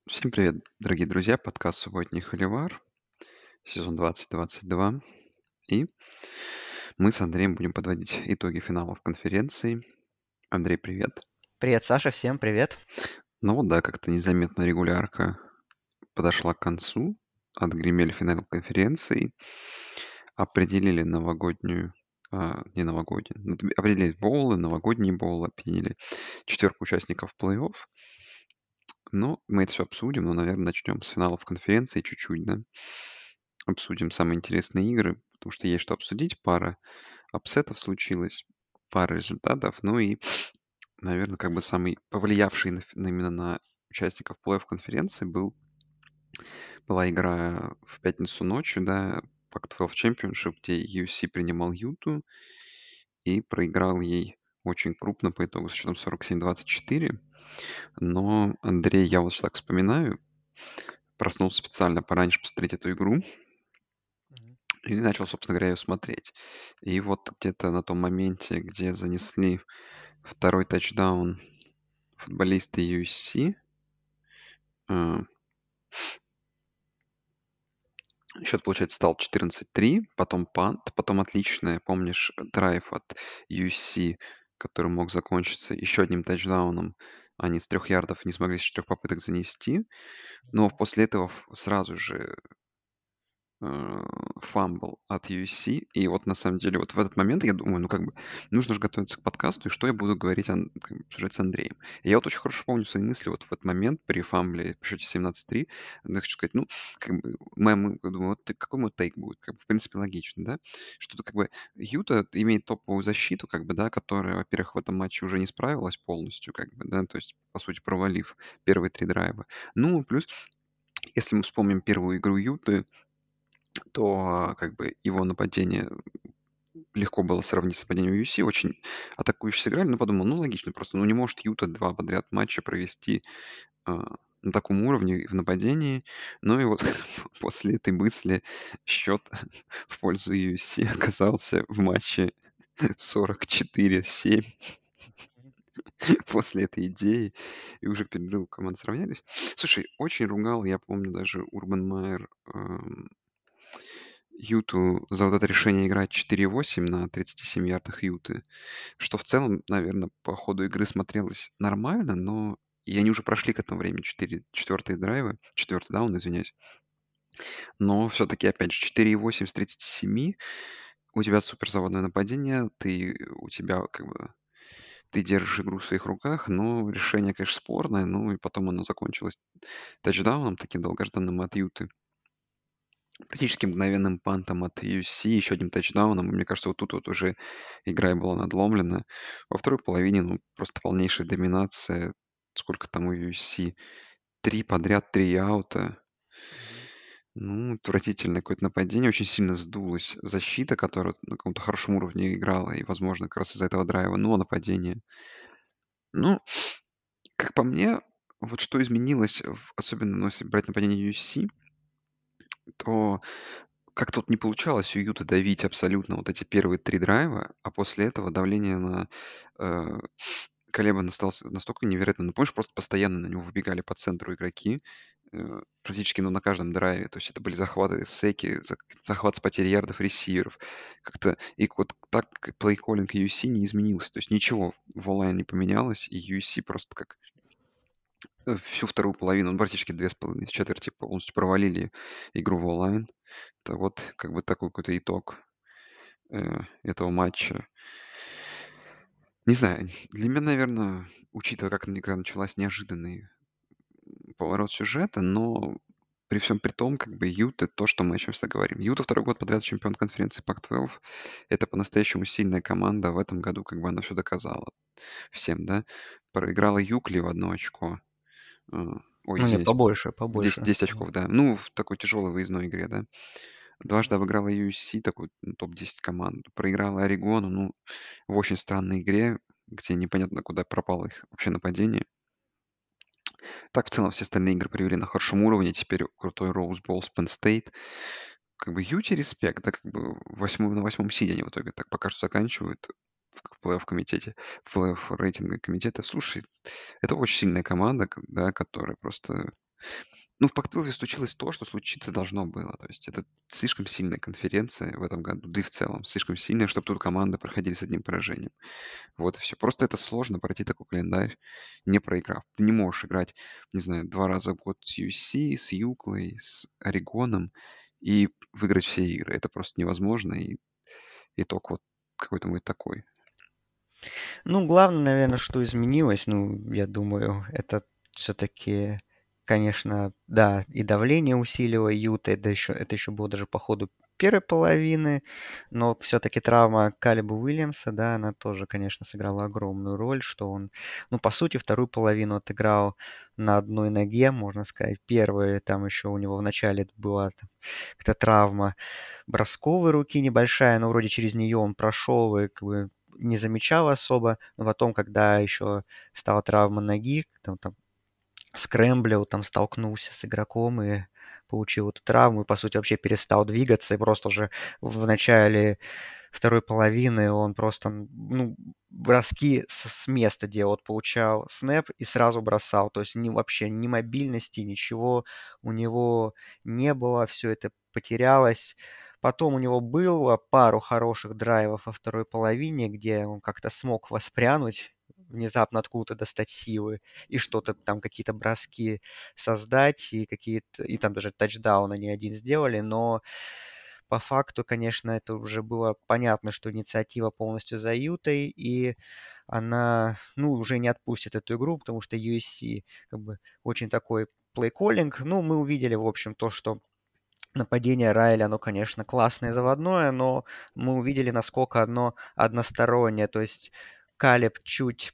Всем привет, дорогие друзья! Подкаст «Субботний холивар», сезон 2022. И мы с Андреем будем подводить итоги финалов конференции. Андрей, привет. Привет, Саша, всем привет. Ну вот да, как-то незаметно регулярка подошла к концу. Отгремели финал конференции. Определили новогоднюю, не новогоднюю, определили боулы, новогодние боулы, определили четверку участников плей-офф. Но мы это все обсудим, но, наверное, начнем с финалов конференции чуть-чуть, да. Обсудим самые интересные игры, потому что есть что обсудить. Пара апсетов случилось, пара результатов. Ну и, наверное, как бы самый повлиявший именно на участников плей-офф конференции была игра в пятницу ночью, да, Pac-12 Championship, где USC принимал Юту и проиграл ей очень крупно по итогу с счетом 47-24. Но, Андрей, я вот так вспоминаю, проснулся специально пораньше посмотреть эту игру, Мгм. и начал, собственно говоря, ее смотреть. И вот где-то на том моменте, где занесли второй тачдаун футболисты USC, э, счет, получается, стал 14-3, потом пант, потом отличная, помнишь, драйв от USC, который мог закончиться еще одним тачдауном. Они с 3 ярдов не смогли с 4 попыток занести, но Мгм. после этого сразу же фамбл от USC. И вот на самом деле вот в этот момент я думаю, ну как бы нужно же готовиться к подкасту, и что я буду говорить, как бы обсуждать с Андреем. И я вот очень хорошо помню свои мысли вот в этот момент при фамбле при счете 17-3. Я хочу сказать, ну, как бы, думаю, вот какой мой тейк будет? Как бы, в принципе, логично, да? Что-то как бы Юта имеет топовую защиту, как бы, да, которая, во-первых, в этом матче уже не справилась полностью, как бы, да, то есть, по сути, провалив первые 3 драйва. Ну, плюс, если мы вспомним первую игру Юты, то как бы его нападение легко было сравнить с нападением UFC. Очень атакующе сыграли, но подумал, ну логично, просто ну не может Юта 2 подряд матча провести на таком уровне в нападении. Ну и вот после этой мысли счет в пользу UFC оказался в матче 44-7 Мгм. после этой идеи. И уже перед перерыв команды сравнялись. Слушай, очень ругал, я помню, даже Урбан Майер Юту за вот это решение играть 4-8 на 37 ярдах Юты, что в целом, наверное, по ходу игры смотрелось нормально, но и они уже прошли к этому времени 4 драйвы, 4 даун, извиняюсь. Но все-таки, опять же, 4,8 с 37, у тебя суперзаводное нападение, у тебя как бы ты держишь игру в своих руках, но решение, конечно, спорное, ну и потом оно закончилось тачдауном, таким долгожданным от Юты. Практически мгновенным пантом от USC, еще одним тачдауном. И мне кажется, вот тут вот уже игра и была надломлена. Во второй половине, ну, просто полнейшая доминация. Сколько там у USC? 3 подряд, 3 аута. Мгм. Ну, отвратительное какое-то нападение. Очень сильно сдулась защита, которая на каком-то хорошем уровне играла. И, возможно, как раз из-за этого драйва. Ну, а нападение. Ну, как по мне, вот что изменилось, особенно, ну, если брать нападение USC, то как-то вот не получалось у Юты давить абсолютно вот эти первые 3 драйва, а после этого давление на, э, Калеба стало настолько невероятным. Ну, помнишь, просто постоянно на него выбегали по центру игроки, практически, ну, на каждом драйве. То есть это были захваты, секи, захват с потерей ярдов ресиверов. Как-то и вот так плей-коллинг USC не изменился. То есть ничего в онлайн не поменялось, и USC просто как всю вторую половину, ну, практически 2,5 четверти полностью провалили игру в онлайн. Это вот как бы такой какой-то итог этого матча. Не знаю, для меня, наверное, учитывая, как игра началась, неожиданный поворот сюжета, но при всем при том, как бы Юта, то, что мы о чем всегда говорим. Юта второй год подряд чемпион конференции Pac-12. Это по-настоящему сильная команда. В этом году как бы она все доказала всем, да. Проиграла Юкли в 1 очко. Э, Ой, Ну, не, извините, побольше, 10, побольше. 10 очков, да. Ну, в такой тяжелой выездной игре, да. Дважды Мгм. обыграла USC, такую топ-10 команду. Проиграла Орегону, ну, в очень странной игре, где непонятно, куда пропало их вообще нападение. Так, в целом, все остальные игры привели на хорошем уровне. Теперь крутой Rose Bowl с Penn State. Как бы Юти респект, да, как бы на 8 сиде они в итоге так пока что заканчивают в плей-офф комитете, в плей-офф рейтинга комитета. Слушай, это очень сильная команда, да, которая просто... Ну, в Пак-12 случилось то, что случиться должно было. То есть это слишком сильная конференция в этом году, да и в целом слишком сильная, чтобы тут команды проходили с одним поражением. Вот и все. Просто это сложно пройти такой календарь, не проиграв. Ты не можешь играть, не знаю, 2 раза в год с USC, с Юклой, с Орегоном и выиграть все игры. Это просто невозможно, и итог вот какой-то будет такой. Ну, главное, наверное, что изменилось, ну, я думаю, это все-таки, конечно, да, и давление усилило Юта, это еще было даже по ходу первой половины, но все-таки травма Калиба Уильямса, да, она тоже, конечно, сыграла огромную роль, что он, ну, по сути, вторую половину отыграл на одной ноге, можно сказать. Первая, там еще у него в начале была там какая-то травма бросковой руки небольшая, но вроде через нее он прошел и как бы не замечал особо. Но потом, когда еще стала травма ноги, там скрэмблил, там столкнулся с игроком и получил эту травму, и, по сути, вообще перестал двигаться, и просто уже в начале второй половины он просто, ну, броски с места делал, вот получал снэп и сразу бросал, то есть вообще ни мобильности, ничего у него не было, все это потерялось. Потом у него было пару хороших драйвов во второй половине, где он как-то смог воспрянуть, внезапно откуда-то достать силы и что-то там, какие-то броски создать, и какие-то, и там даже тачдаун они один сделали, но по факту, конечно, это уже было понятно, что инициатива полностью за Ютой, и она, ну, уже не отпустит эту игру, потому что USC как бы очень такой плей-коллинг. Ну, мы увидели, в общем, то, что нападение Райли, оно, конечно, классное и заводное, но мы увидели, насколько оно одностороннее. То есть Калеб чуть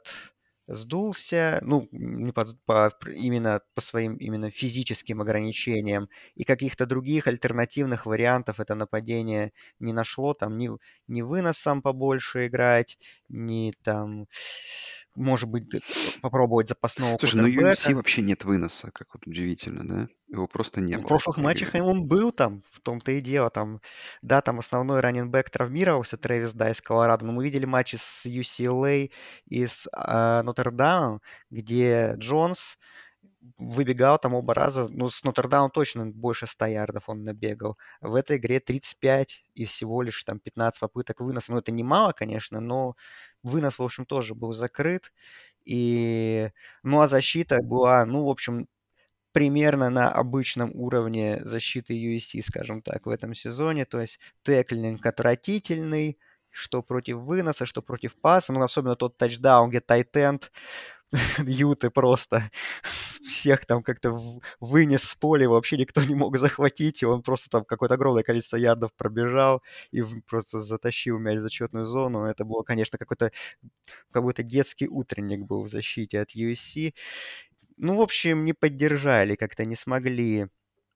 сдулся, ну, не именно по своим именно физическим ограничениям, и каких-то других альтернативных вариантов это нападение не нашло, там ни выносом побольше играть, ни там, может быть, попробовать запасного Слушай, ну UFC кутербэка. вообще нет выноса, как вот удивительно, да? Его просто не В было в прошлых этой матчах игре. он был там, в том-то и дело. Там, да, там основной раннинбэк травмировался, Трэвис Дайс Колорадо, но мы видели матчи с UCLA и с Нотр-Дамом, где Джонс выбегал там оба раза. Ну, с Нотр-Дамом точно больше 100 ярдов он набегал. В этой игре 35 и всего лишь там 15 попыток выноса. Ну, это немало, конечно, но вынос, в общем, тоже был закрыт. И, ну, а защита была, ну, в общем, примерно на обычном уровне защиты USC, скажем так, в этом сезоне. То есть теклинг отвратительный, что против выноса, что против паса. Ну, особенно тот тачдаун, где тайтенд Юты просто всех там как-то вынес с поля, вообще никто не мог захватить, и он просто там какое-то огромное количество ярдов пробежал и просто затащил мяч в зачетную зону. Это было, конечно, какой-то детский утренник был в защите от USC. Ну, в общем, не поддержали, как-то не смогли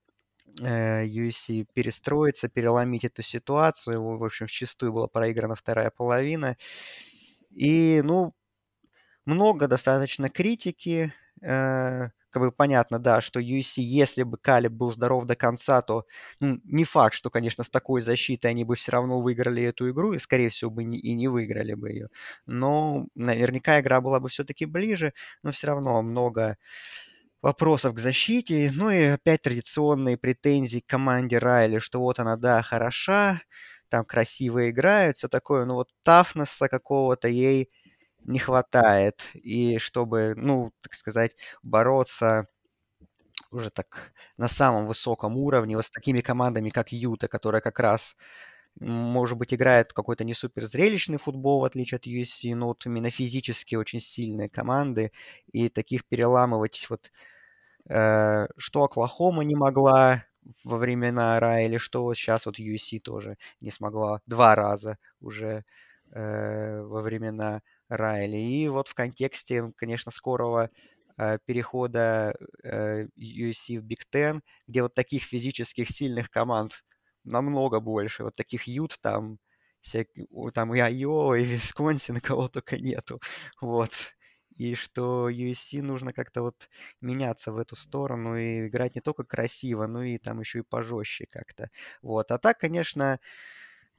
UFC перестроиться, переломить эту ситуацию. В общем, вчистую была проиграна вторая половина. И, ну, много достаточно критики. Как бы понятно, да, что UFC, если бы Калиб был здоров до конца, то ну, не факт, что, конечно, с такой защитой они бы все равно выиграли эту игру, и, скорее всего, бы и не выиграли бы ее. Но наверняка игра была бы все-таки ближе, но все равно много вопросов к защите. Ну и опять традиционные претензии к команде Райли, что вот она, да, хороша, там красиво играет, все такое, но вот тафнесса какого-то ей не хватает. И чтобы, ну, так сказать, бороться уже так на самом высоком уровне, вот с такими командами, как Юта, которая как раз, может быть, играет какой-то не супер зрелищный футбол, в отличие от USC, но вот именно физически очень сильные команды, и таких переламывать вот что Оклахома не могла во времена Райли, что вот сейчас вот USC тоже не смогла 2 раза уже во времена Райли. И вот в контексте, конечно, скорого перехода USC в Big Ten, где вот таких физических сильных команд намного больше, вот таких Ют там, там и Айова, и Висконсин, и кого только нету. Вот. И что USC нужно как-то вот меняться в эту сторону и играть не только красиво, но и там еще и пожестче как-то. Вот. А так, конечно,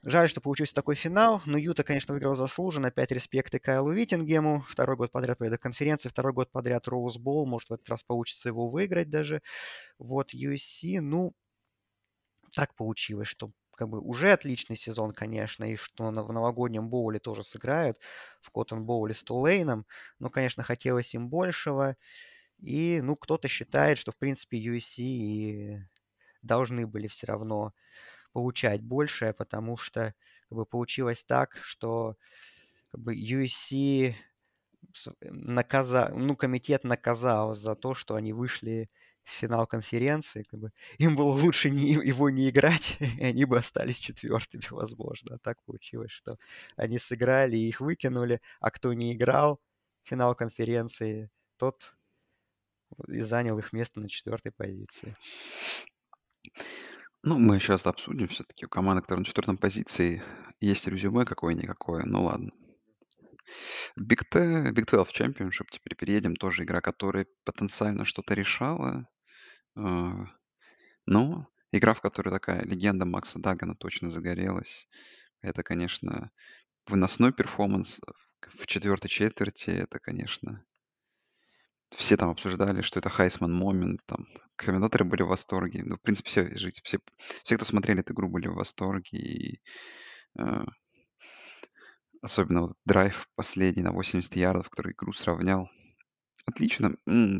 Жаль, что получился такой финал, но Юта, конечно, выиграл заслуженно. Опять респект и Кайлу Виттингему. Второй год подряд победа конференции, второй год подряд Роуз Боул. Может, в этот раз получится его выиграть даже. Вот USC, ну, так получилось, что как бы уже отличный сезон, конечно, и что в новогоднем боуле тоже сыграют, в Коттон Боуле с Тулейном. Но, конечно, хотелось им большего. И, ну, кто-то считает, что, в принципе, USC и должны были все равно получать большее, потому что как бы, получилось так, что как бы, USC ну, комитет наказал за то, что они вышли в финал конференции. Как бы, им было лучше его не играть, и они бы остались четвертыми, возможно. А так получилось, что они сыграли и их выкинули, а кто не играл в финал конференции, тот и занял их место на четвертой позиции. Ну, мы сейчас обсудим все-таки. У команды, которая на четвертом позиции, есть резюме какое-никакое. Ну ладно. Big 12 Championship, теперь переедем. Тоже игра, которая потенциально что-то решала. А, Но игра, в которой такая легенда Макса Дагана точно загорелась. Это, конечно, выносной перформанс в четвертой четверти. Это, конечно, все там обсуждали, что это Хайсман момент. Там комментаторы были в восторге. Ну, в принципе, все, кто смотрели эту игру, были в восторге. И э, особенно вот драйв последний на 80 ярдов, который игру сравнял. Отлично.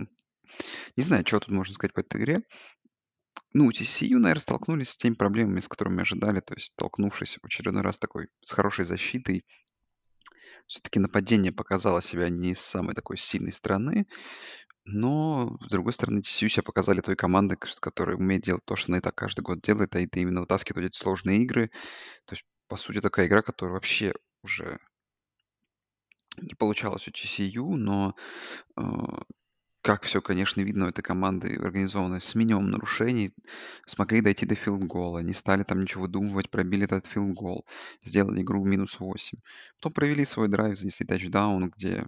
Не знаю, что тут можно сказать по этой игре. Ну, TCU, наверное, столкнулись с теми проблемами, с которыми ожидали. То есть, столкнувшись в очередной раз такой с хорошей защитой, все-таки нападение показало себя не с самой такой сильной стороны. Но, с другой стороны, TCU себя показали той командой, которая умеет делать то, что она и так каждый год делает, а это именно вытаскивать эти сложные игры. То есть, по сути, такая игра, которая вообще уже не получалась у TCU, но э, как все, конечно, видно у этой команды организовано с минимумом нарушений. Смогли дойти до филд-гола, не стали там ничего выдумывать, пробили этот филд-гол, сделали игру минус 8. Потом провели свой драйв, занесли тачдаун, где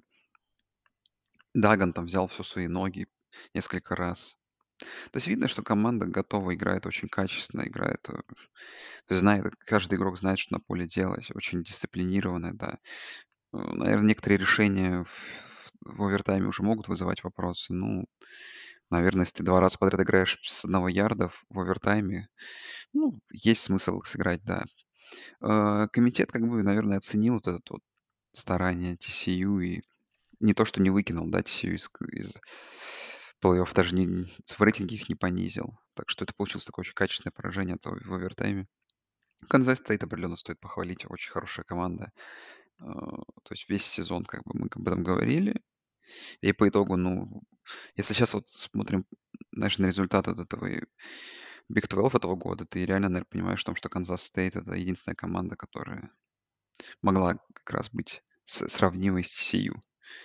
Даган там взял все в свои ноги несколько раз. То есть видно, что команда готова, играет очень качественно, играет, то есть знает, каждый игрок знает, что на поле делать, очень дисциплинированная, да. Наверное, некоторые решения в овертайме уже могут вызывать вопросы. Ну, наверное, если ты 2 раза подряд играешь с 1 ярда в овертайме, ну, есть смысл их сыграть, да. Комитет, как бы, наверное, оценил вот это вот старание TCU и не то, что не выкинул, да, TCU из плей-офф, даже в рейтинге их не понизил. Так что это получилось такое очень качественное поражение в овертайме. Канзас Стейт определенно стоит похвалить, очень хорошая команда. То есть весь сезон, как бы, мы об этом говорили. И по итогу, ну, если сейчас вот смотрим, знаешь, на результаты вот этого Big 12 этого года, ты реально, наверное, понимаешь в том, что Канзас Стейт — это единственная команда, которая могла как раз быть сравнимой с TCU.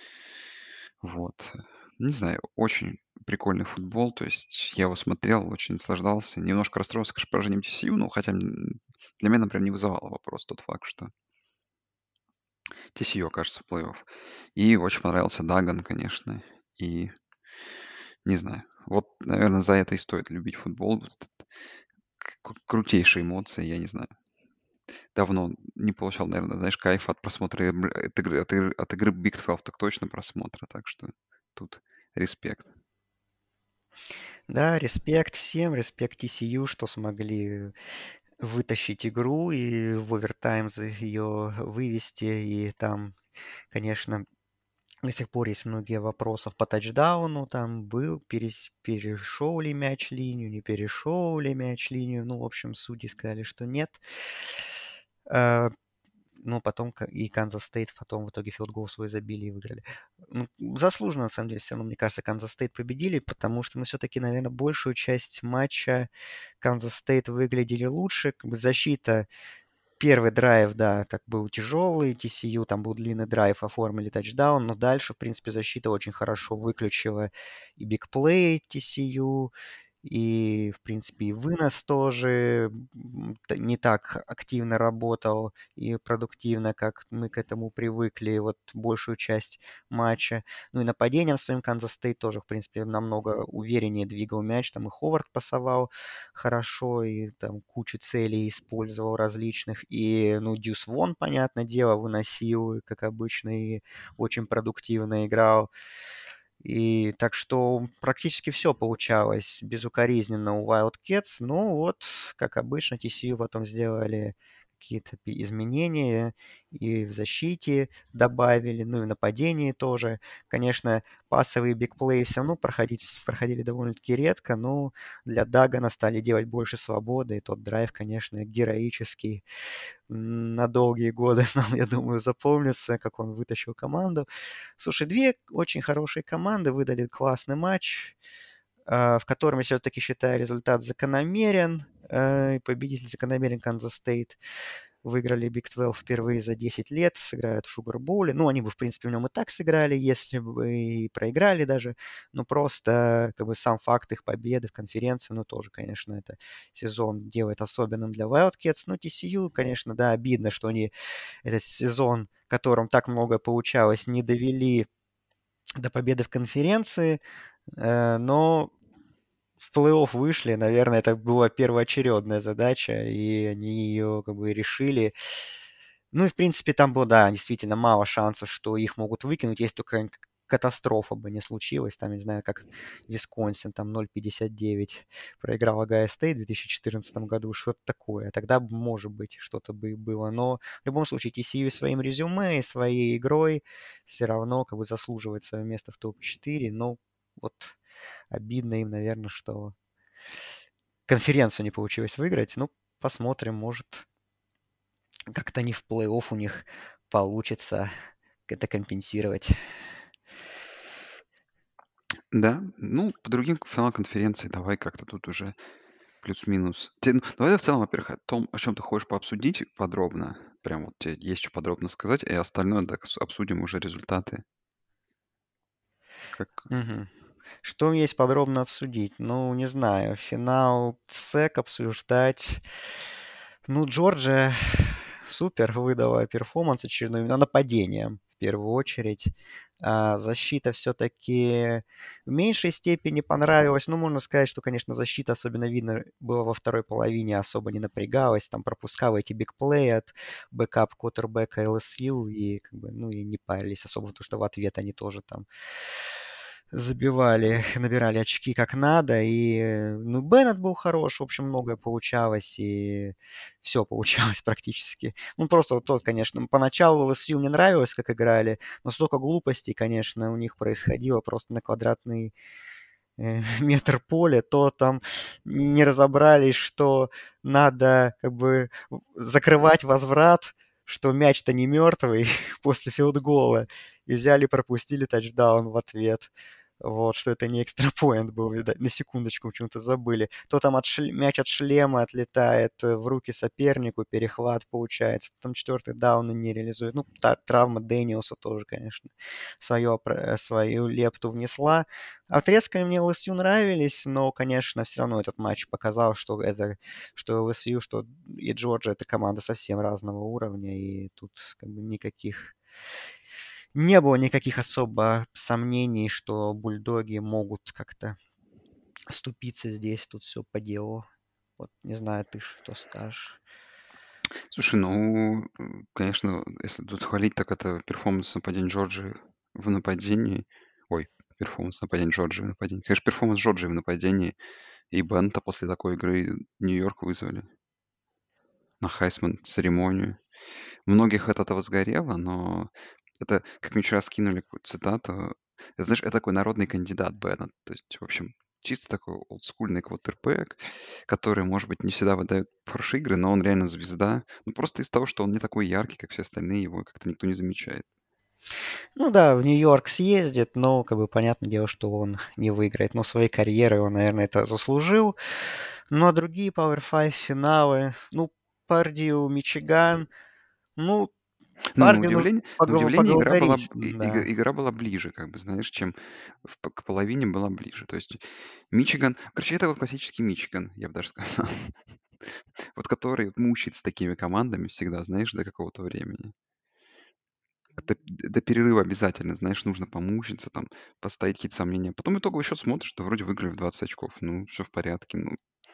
Вот. Не знаю, очень прикольный футбол. То есть я его смотрел, очень наслаждался. Немножко расстроился, конечно, поражением TCU, но хотя для меня, например, не вызывало вопрос тот факт, что TCU окажется в плей-офф. И очень понравился Даган, конечно. И не знаю. Вот, наверное, за это и стоит любить футбол. Вот этот крутейшие эмоции, я не знаю. Давно не получал, наверное, знаешь, кайф от просмотра от игры Big 12, так точно просмотра. Так что тут респект. Да, респект всем, респект TCU, что смогли вытащить игру и в овертайм ее вывести. И там, конечно, до сих пор есть многие вопросы по тачдауну. Там перешел ли мяч линию, не перешел ли мяч линию. Ну, в общем, судьи сказали, что нет. Э, Ну, потом и Канзас Стейт потом в итоге филдгол свой забили и выиграли. Ну, заслуженно, на самом деле, все равно, мне кажется, Канзас Стейт победили, потому что, ну, все-таки, наверное, большую часть матча Канзас Стейт выглядели лучше. Как бы защита, первый драйв, да, так был тяжелый, TCU, там был длинный драйв, оформили тачдаун, но дальше, в принципе, защита очень хорошо выключила и бигплей TCU, И, в принципе, и вынос тоже не так активно работал и продуктивно, как мы к этому привыкли, вот большую часть матча. Ну и нападением своим Канзас Стейт тоже, в принципе, намного увереннее двигал мяч. Там и Ховард пасовал хорошо, и там кучу целей использовал различных. И, ну, Дьюс Вон, понятное дело, выносил, как обычно, и очень продуктивно играл. И так что практически все получалось безукоризненно у Wildcats. Ну вот, как обычно, TCU потом сделали какие-то изменения и в защите добавили, ну и в нападении тоже. Конечно, пасовые бигплеи все равно проходили довольно-таки редко, но для Дагана стали делать больше свободы, и тот драйв, конечно, героический на долгие годы нам, я думаю, запомнится, как он вытащил команду. Слушай, две очень хорошие команды выдали классный матч, в котором я все-таки считаю результат закономерен. И победитель закономерен Канзас Стейт. Выиграли Big 12 впервые за 10 лет, сыграют в Шугар Боуле. Ну, они бы, в принципе, в нем и так сыграли, если бы и проиграли даже. Но просто как бы сам факт их победы в конференции, ну, тоже, конечно, это сезон делает особенным для Wildcats. Ну, TCU, конечно, да, обидно, что они этот сезон, в котором так много получалось, не довели до победы в конференции, но в плей-офф вышли, наверное, это была первоочередная задача, и они ее как бы решили. Ну и, в принципе, там было, да, действительно мало шансов, что их могут выкинуть, если только катастрофа бы не случилась. Там, не знаю, как Висконсин, там 0,59 проиграл Огайо Стейт в 2014 году, что-то такое. Тогда, может быть, что-то бы и было. Но в любом случае TCU своим резюме и своей игрой все равно как бы заслуживает свое место в топ-4. Но вот обидно им, наверное, что конференцию не получилось выиграть. Ну, посмотрим, может, как-то не в плей-офф у них получится это компенсировать. Да, ну, по другим финалам конференции давай как-то тут уже плюс-минус. Ну, давай в целом, во-первых, о том, о чем ты хочешь пообсудить подробно. Прям вот тебе есть что подробно сказать, и остальное так обсудим уже результаты. Как... Мгм. Что есть подробно обсудить? Ну, не знаю, финал СЭК обсуждать. Ну, Джорджия супер выдала перформанс очередной, именно нападением в первую очередь. А защита все-таки в меньшей степени понравилась. Ну, можно сказать, что, конечно, защита, особенно видно, было во второй половине, особо не напрягалась, там пропускала эти бигплеи от бэкап-квотербека LSU и, как бы, ну, и не парились особо, потому что в ответ они тоже там забивали, набирали очки как надо. И, ну, Беннет был хорош, в общем, многое получалось, и все получалось практически. Ну, просто вот тот, конечно, поначалу ЛСЮ мне нравилось, как играли, но столько глупостей, конечно, у них происходило просто на квадратный метр поля, то там не разобрались, что надо как бы закрывать возврат, что мяч-то не мертвый после филдгола, и взяли пропустили тачдаун в ответ. Вот, что это не экстра поинт был, видать, на секундочку почему-то забыли. То там мяч от шлема отлетает в руки сопернику, перехват получается. Там четвертый даун не реализует. Ну, травма Дэниелса тоже, конечно, свою лепту внесла. Отрезками мне ЛСЮ нравились, но, конечно, все равно этот матч показал, что ЛСЮ, что и Джорджия — это команда совсем разного уровня, и тут как бы не было никаких особо сомнений, что бульдоги могут как-то оступиться здесь, тут все по делу. Вот не знаю, ты что скажешь. Слушай, ну, конечно, если тут хвалить, так это перформанс нападения Джорджии в нападении. Ой, перформанс нападения Джорджии в нападении. Конечно, перформанс Джорджии в нападении. И Бента после такой игры Нью-Йорк вызвали на Хайсман церемонию. Многих от этого сгорело, но это, как мне вчера скинули какую-то цитату, это, знаешь, это такой народный кандидат Беннет. То есть, в общем, чисто такой олдскульный квотербек, который, может быть, не всегда выдает хорошие игры, но он реально звезда. Ну, просто из-за того, что он не такой яркий, как все остальные, его как-то никто не замечает. Ну да, в Нью-Йорк съездит, но как бы понятное дело, что он не выиграет. Но своей карьерой он, наверное, это заслужил. Но другие Power 5 финалы, ну, Пардию, Мичиган, ну, Ну, на Пардию нужно удивление на удивление игра была поблагодарить, б и да. игра была ближе, как бы, знаешь, чем к половине была ближе. То есть Мичиган короче, это вот классический Мичиган, я бы даже сказал. Вот который вот мучает с такими командами всегда, знаешь, до какого-то времени. До перерыва обязательно, знаешь, нужно помучиться, там, поставить какие-то сомнения. Потом итоговый счет смотришь, что вроде выиграли в 20 очков. Ну, все в порядке. Ну,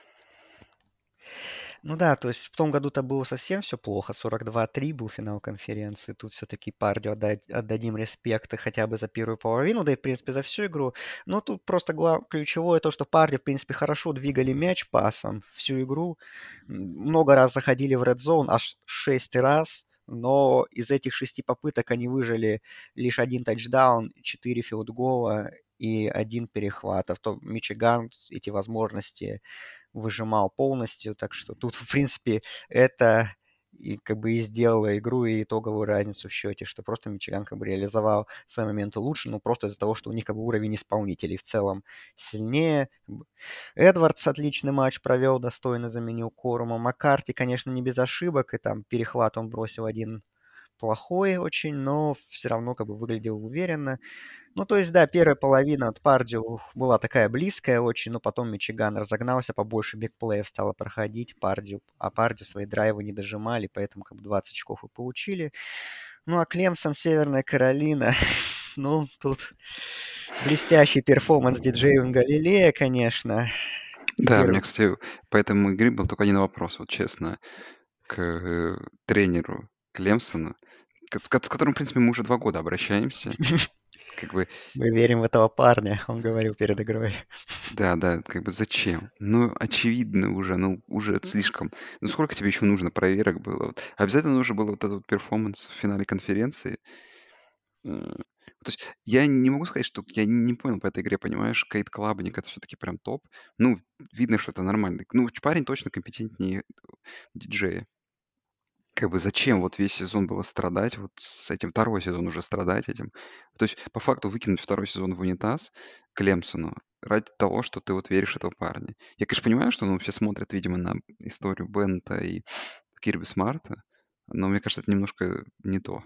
Ну да, то есть в том году-то было совсем все плохо. 42-3 был финал конференции. Тут все-таки Пардию отдадим респект хотя бы за первую половину, да и, в принципе, за всю игру. Но тут просто ключевое то, что Парди, в принципе, хорошо двигали мяч пасом всю игру. Много раз заходили в Red Zone, аж 6 раз. Но из этих 6 попыток они выжили лишь один тачдаун, 4 филдгола и один перехват. А в том Мичиган эти возможности выжимал полностью. Так что тут, в принципе, это и как бы и сделало игру и итоговую разницу в счете, что просто Мичиган как бы реализовал свои моменты лучше, ну просто из-за того, что у них как бы уровень исполнителей в целом сильнее. Эдвардс отличный матч провел, достойно заменил Корума. Маккарти, конечно, не без ошибок, и там перехват он бросил один плохой очень, но все равно как бы выглядел уверенно. Ну, то есть, да, первая половина от Пардио была такая близкая очень, но потом Мичиган разогнался, побольше бигплеев стало проходить Пардио, а Пардио свои драйвы не дожимали, поэтому как бы 20 очков и получили. Ну, а Клемсон, Северная Каролина, ну, тут блестящий перформанс диджея Галилея, конечно. да, у Пер- меня, кстати, по этому игре был только один вопрос, вот честно, к тренеру Клемсона, с которым, в принципе, мы уже 2 года обращаемся. Как бы, Мы верим в этого парня, он говорил перед игрой. да, да, как бы зачем? Ну, очевидно уже, ну, уже это слишком. Ну, сколько тебе еще нужно проверок было? Вот обязательно нужно было вот этот вот перформанс в финале конференции. То есть я не могу сказать, что я не понял по этой игре, понимаешь, Кейт Клабник это все-таки прям топ. Ну, видно, что это нормально. Ну, парень точно компетентнее диджея. Как бы зачем вот весь сезон было страдать вот с этим, второй сезон уже страдать этим. То есть по факту выкинуть второй сезон в унитаз Клемсону ради того, что ты вот веришь этого парня. Я, конечно, понимаю, что ну, все смотрят, видимо, на историю Бента и Кирби Смарта, но мне кажется, это немножко не то.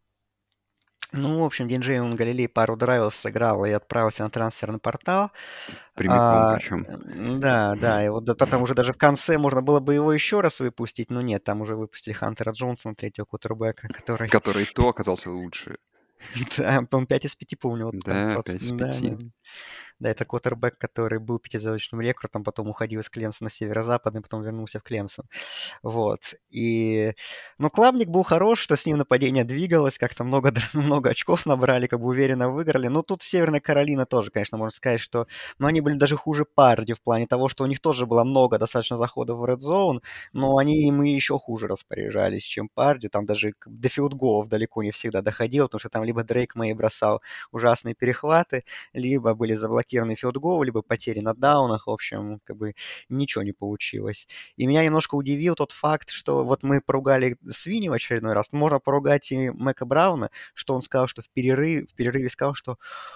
Ну, в общем, диджей Галилей пару драйвов сыграл и отправился на трансферный портал. Прямиком причем. Да, да, и вот там уже даже в конце можно было бы его еще раз выпустить, но нет, там уже выпустили Хантера Джонсона, третьего кутербэка, который, Который и то оказался лучше. да, он 5 из 5, помню, вот там, Да, 5 из да, да. 5. Да, это квотербек, который был пятизвездочным рекрутом, потом уходил из Клемсона в северо-западный, потом вернулся в Клемсон. Вот. И, ну, Клабник был хорош, что с ним нападение двигалось, как-то много, много очков набрали, как бы уверенно выиграли. Но тут Северная Каролина тоже, конечно, можно сказать, что... Но они были даже хуже Парди в плане того, что у них тоже было много достаточно заходов в Red Zone, но они им и еще хуже распоряжались, чем Парди. Там даже до филдголов далеко не всегда доходило, потому что там либо Дрейк Мэй бросал ужасные перехваты, либо были заблокированы филдголы, либо потери на даунах. В общем, как бы ничего не получилось. И меня немножко удивил тот факт, что вот мы поругали Свини в очередной раз, можно поругать и Мэка Брауна, что он сказал, что в перерыве сказал, что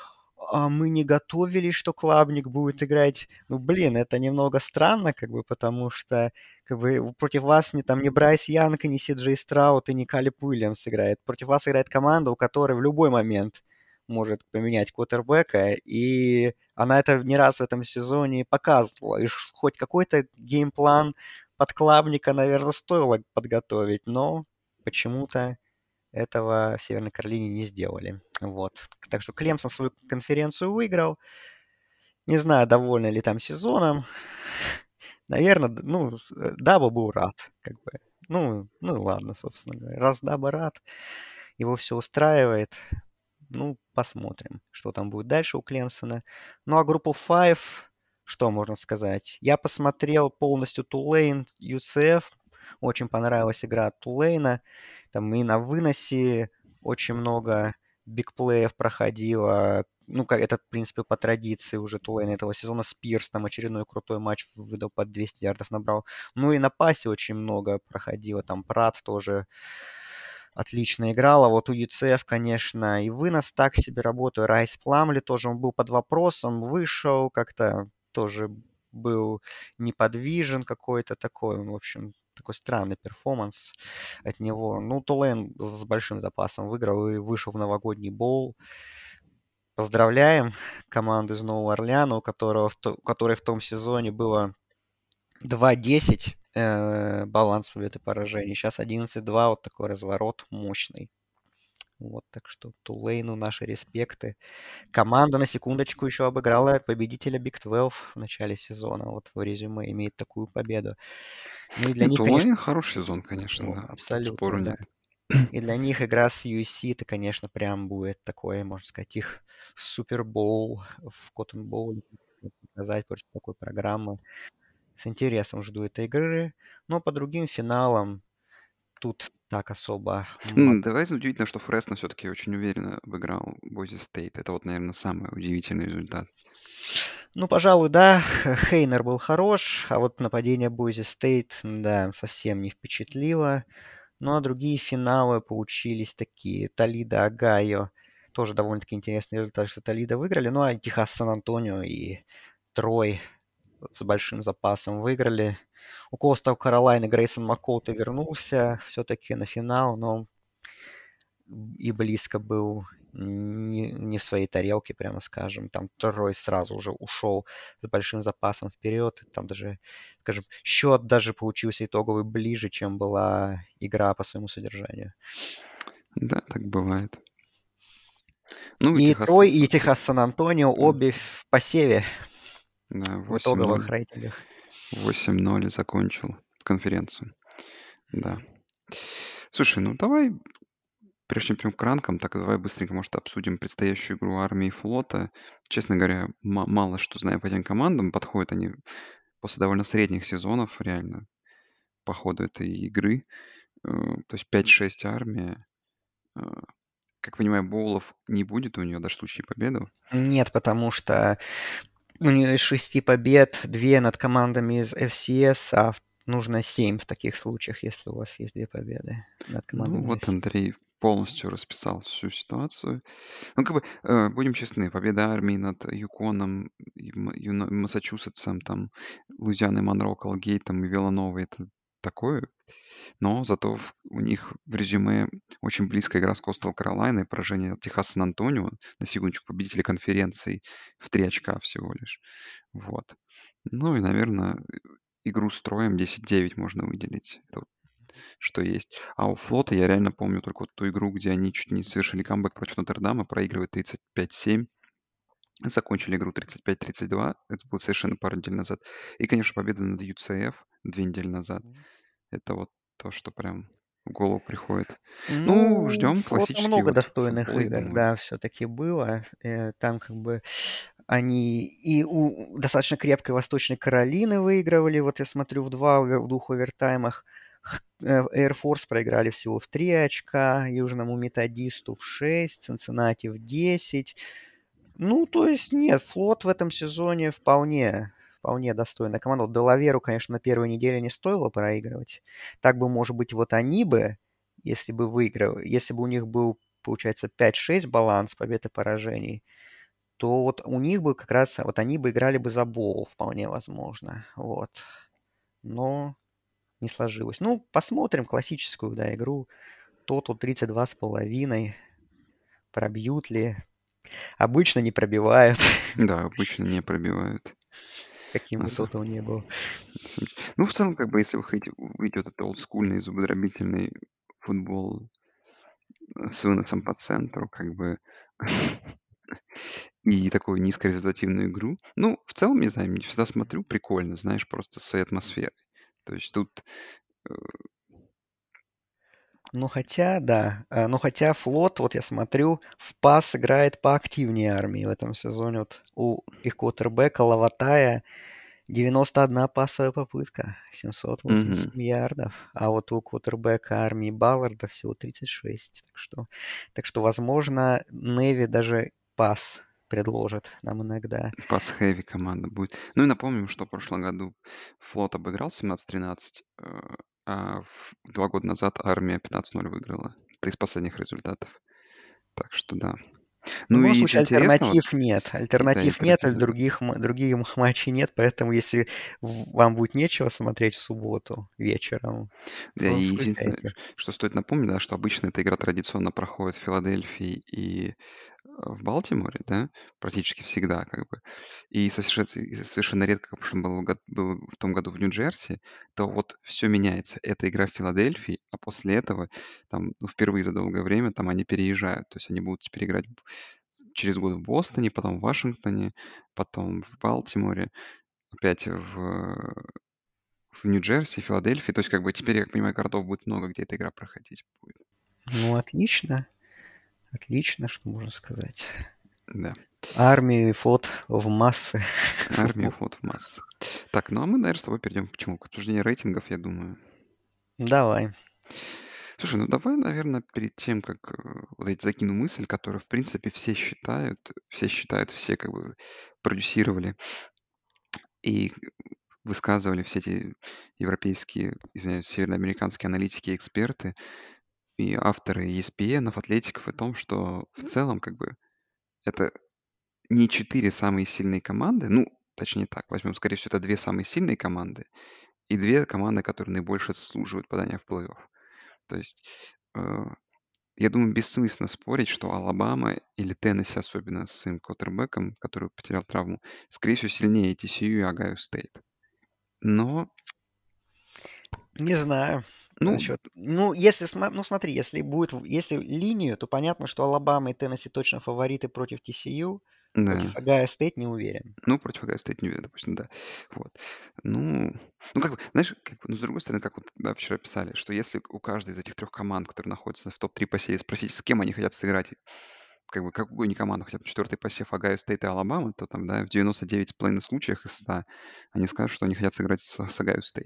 мы не готовились, что Клабник будет играть. Ну, блин, это немного странно, как бы, потому что как бы, против вас не Брайс Янг, не Си Джей Страут и не Калиб Уильямс играет. Против вас играет команда, у которой в любой момент может поменять квотербека, и она это не раз в этом сезоне показывала. И хоть какой-то геймплан под Клабника, наверное, стоило подготовить, но почему-то этого в Северной Каролине не сделали. Вот. Так что Клемсон свою конференцию выиграл. Не знаю, довольны ли там сезоном. Наверное, ну, Даба был рад, как бы. Ну и ладно, собственно говоря. Раз Даба рад, его все устраивает. Ну, посмотрим, что там будет дальше у Клемсона. Ну, а группу Five, что можно сказать? Я посмотрел полностью Тулейн, UCF. Очень понравилась игра от Тулейна. Там и на выносе очень много бигплеев проходило. Ну, как это, в принципе, по традиции уже Тулейна этого сезона. Спирс там очередной крутой матч выдал, под 200 ярдов набрал. Ну и на пасе очень много проходило. Там Прат тоже отлично играла. Вот у UCF, конечно, и вынос так себе работаю. Райс Пламли тоже, он был под вопросом, вышел, как-то тоже был неподвижен какой-то такой. Он, в общем, такой странный перформанс от него. Ну, Тулейн с большим запасом выиграл и вышел в новогодний боул. Поздравляем команду из Нового Орлеана, у которой в том сезоне было 2-10 баланс побед и поражений. Сейчас 11-2, вот такой разворот мощный. Вот, так что Тулейну наши респекты. Команда, на секундочку, еще обыграла победителя Big 12 в начале сезона. Вот в резюме имеет такую победу. Ну и для Нет, них, конечно, Тулейн хороший сезон, конечно, да. Тут абсолютно, спору да. нет. И для них игра с USC, это, конечно, прям будет такое, можно сказать, их супербоул в Cotton Bowl показать против такой программы. С интересом жду этой игры. Но по другим финалам тут так особо Давай удивительно, что Фресно все-таки очень уверенно обыграл Бойзи Стейт. Это вот, наверное, самый удивительный результат. Ну, пожалуй, да, Хейнер был хорош, а вот нападение Бойзи Стейт, да, совсем не впечатлило. Ну, а другие финалы получились такие. Толидо, Огайо, тоже довольно-таки интересный результат, что Толидо выиграли. Ну, а Техас, Сан-Антонио и Трой с большим запасом выиграли. У Коста Каролайны Грейсон Макколта вернулся все-таки на финал, но и близко был не в своей тарелке, прямо скажем. Там Трой сразу уже ушел с большим запасом вперед. И там даже, скажем, счет даже получился итоговый ближе, чем была игра по своему содержанию. Да, так бывает. Ну, и И Техас Трой, и Техас Сан-Антонио м, обе в посеве да, в 8-0. итоговых рейтингах. 8-0 закончил конференцию. Да. Слушай, ну давай, прежде чем перейдем к ранкам, так давай быстренько, может, обсудим предстоящую игру армии и флота. Честно говоря, мало что знаю по этим командам. Подходят они после довольно средних сезонов, реально, по ходу этой игры. То есть 5-6 армия. Э, Как понимаю, боулов не будет у нее даже в случае победы. Нет, потому что у нее из 6 побед 2 над командами из FCS, а нужно 7 в таких случаях, если у вас есть 2 победы над Ну, командами из вот FCS. Андрей полностью расписал всю ситуацию. Ну, как бы, будем честны, победа армии над Юконом, и Массачусетсом, там, Луизианой, Монро, Колгейтом и Вилановой — это такое. Но зато у них в резюме очень близкая игра с Костел Каролайной, поражение от Техаса Сан-Антонио, на секундочку, победители конференции в 3 очка всего лишь. Вот. Ну и, наверное, игру с Троем 10-9 можно выделить. Это вот что есть. А у Флота я реально помню только вот ту игру, где они чуть не совершили камбэк против Нотр-Дама, проигрывая 35-7. Закончили игру 35-32. Это было совершенно пару недель назад. И, конечно, победа над UCF 2 недели назад. Это вот то, что прям в голову приходит. Ну, Ну, у ждем Флота классический много вот достойных футбол, я игр, думаю. да, все-таки было. Там как бы они и у достаточно крепкой Восточной Каролины выигрывали. Вот я смотрю, в 2 овертаймах. Air Force проиграли всего в 3 очка, Южному Методисту в 6, Цинциннати в 10. Ну, то есть нет, Флот в этом сезоне вполне достойная команда. Вот Делаверу, конечно, на первой неделе не стоило проигрывать. Так бы, может быть, вот они бы, если бы выиграли, если бы у них был, получается, 5-6 баланс побед и поражений, то вот у них бы как раз, вот они бы играли бы за боул, вполне возможно. Вот. Но не сложилось. Ну, посмотрим классическую, да, игру. Тотал 32,5. Пробьют ли? Обычно не пробивают, Да, обычно не пробивают. каким На бы са- тотал ни был. на самом деле. Ну, в целом, как бы, если вы хотите увидеть вот этот олдскульный, зубодробительный футбол с выносом по центру, как бы, и такую низкорезультативную игру. Ну, в целом, не знаю, не всегда смотрю, прикольно, знаешь, просто с своей атмосферой. То есть тут, э, Ну, хотя, да. Ну, хотя флот, вот я смотрю, в пас играет поактивнее армии в этом сезоне. Вот у их квотербека Лаватая 91 пасовая попытка, мгм. 787 ярдов. А вот у квотербека армии Балларда всего 36. Так что, возможно, Неви даже пас предложит нам иногда. Пас-хэви команда будет. Ну и напомним, что в прошлом году Флот обыграл 17-13, а 2 года назад армия 15-0 выиграла. Это из последних результатов. Так что да. Ну, в Ну любом и из случае интересного, вот, альтернатив нет. да, Альтернатив нет, альтернативы, да. других матчей нет, поэтому если вам будет нечего смотреть в субботу вечером, Да, и единственное, включайте. что стоит напомнить, да, что обычно эта игра традиционно проходит в Филадельфии и в Балтиморе, да, практически всегда, как бы. И совершенно редко, как в прошлом было в том году в Нью-Джерси, то вот все меняется. Это игра в Филадельфии, а после этого, там, ну, впервые за долгое время, там они переезжают. То есть они будут теперь играть через год в Бостоне, потом в Вашингтоне, потом в Балтиморе, опять в Нью-Джерси, Филадельфии. То есть, как бы теперь, я как понимаю, городов будет много, где эта игра проходить будет. Ну, отлично, отлично, что можно сказать. Да. Армию и флот в массы. Армия, флот в массы. Так, ну а мы, наверное, с тобой перейдем к чему? К обсуждению рейтингов, я думаю. Давай. Слушай, ну давай, наверное, перед тем, как вот эти закину мысль, которую, в принципе, все как бы продюсировали и высказывали все эти европейские, извиняюсь, североамериканские аналитики и эксперты, и авторы ESPN, атлетиков, о том, что в целом, как бы, это не четыре самые сильные команды, ну, точнее так, возьмем, скорее всего, это две самые сильные команды и две команды, которые наибольше заслуживают попадания в плей-офф. То есть, э, я думаю, бессмысленно спорить, что Алабама или Теннесси, особенно с своим квотербеком, который потерял травму, скорее всего, сильнее TCU и Ohio State. Но, Не знаю ну, насчет. Ну, если ну смотри, если линию, то понятно, что Алабама и Теннесси точно фавориты против TCU, да, против Огайо Стейт не уверен. ну, против Ohio State не уверен, допустим, да. Вот. Ну, ну, как бы, знаешь, как бы, ну, с другой стороны, как вот да, вчера писали, что если у каждой из этих трех команд, которые находятся в топ-3 по серии, спросить, с кем они хотят сыграть, как бы какую они команду хотят, четвертый посев Огайо Стейт и Алабама, то там, да, в 99,5 случаях из 100 они скажут, что они хотят сыграть с Огайо Стейт.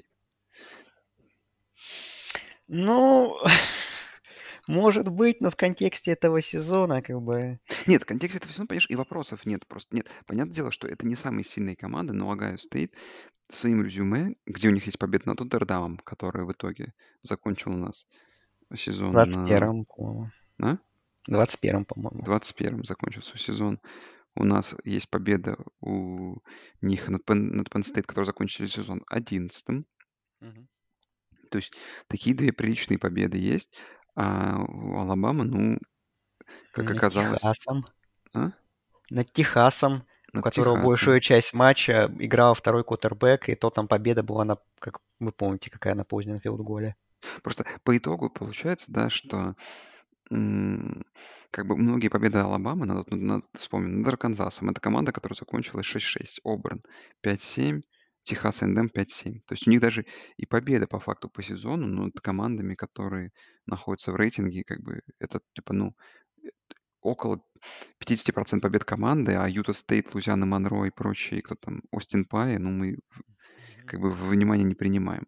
Ну, может быть, но в контексте этого сезона, как бы, Нет, в контексте этого всего, понимаешь, и вопросов нет. Просто нет. Понятное дело, что это не самые сильные команды, но Огайо Стейт своим резюме, где у них есть победа над Нотр-Дамом, который в итоге закончил у нас в сезон двадцать на... первом, по-моему. А? В 21-м, В по-моему. 21-м закончил свой сезон. У нас есть победа у них над Penn State, который закончили сезон 11-м. Мгм. То есть такие две приличные победы есть. А у Алабамы, ну, как Над оказалось, Техасом. а? Над Техасом, у Над которого Техасом. большую часть матча играл второй квотербек, и то там победа была на, как вы помните, какая на позднем филдголе. Просто по итогу получается, да, что м, как бы многие победы Алабамы, надо вспомнить, над Арканзасом. Это команда, которая закончила 6-6. Оберн 5-7, Техас A&M 5-7. То есть у них даже и победа по факту по сезону, но над командами, которые находятся в рейтинге, как бы это типа, ну, э, около 50% побед команды, а Юта Стейт, Лузиана Монро и прочие, кто там, Остин Пай, ну, мы Мгм. как бы во внимание не принимаем.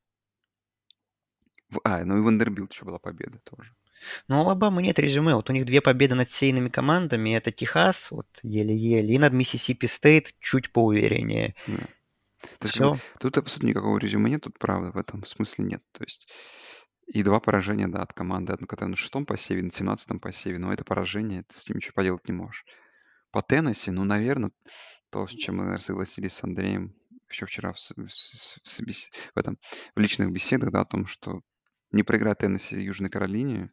Ну и Вандербилт еще была победа тоже. Ну, у Алабамы нет резюме. Вот у них две победы над сейными командами. Это Техас, вот еле-еле, и над Миссисипи Стейт чуть поувереннее. Да. То есть, как бы, Все. тут, по сути, никакого резюме нет, тут правда в этом смысле нет. То есть, и два поражения, да, от команды, одна, которая на шестом посеве, на 17-м посеве, но это поражение, ты с ним ничего поделать не можешь. По Теннесси, ну, наверное, то, с чем мы, наверное, согласились с Андреем еще вчера в этом, в личных беседах, да, о том, что не проиграть Теннесси Южной Каролине,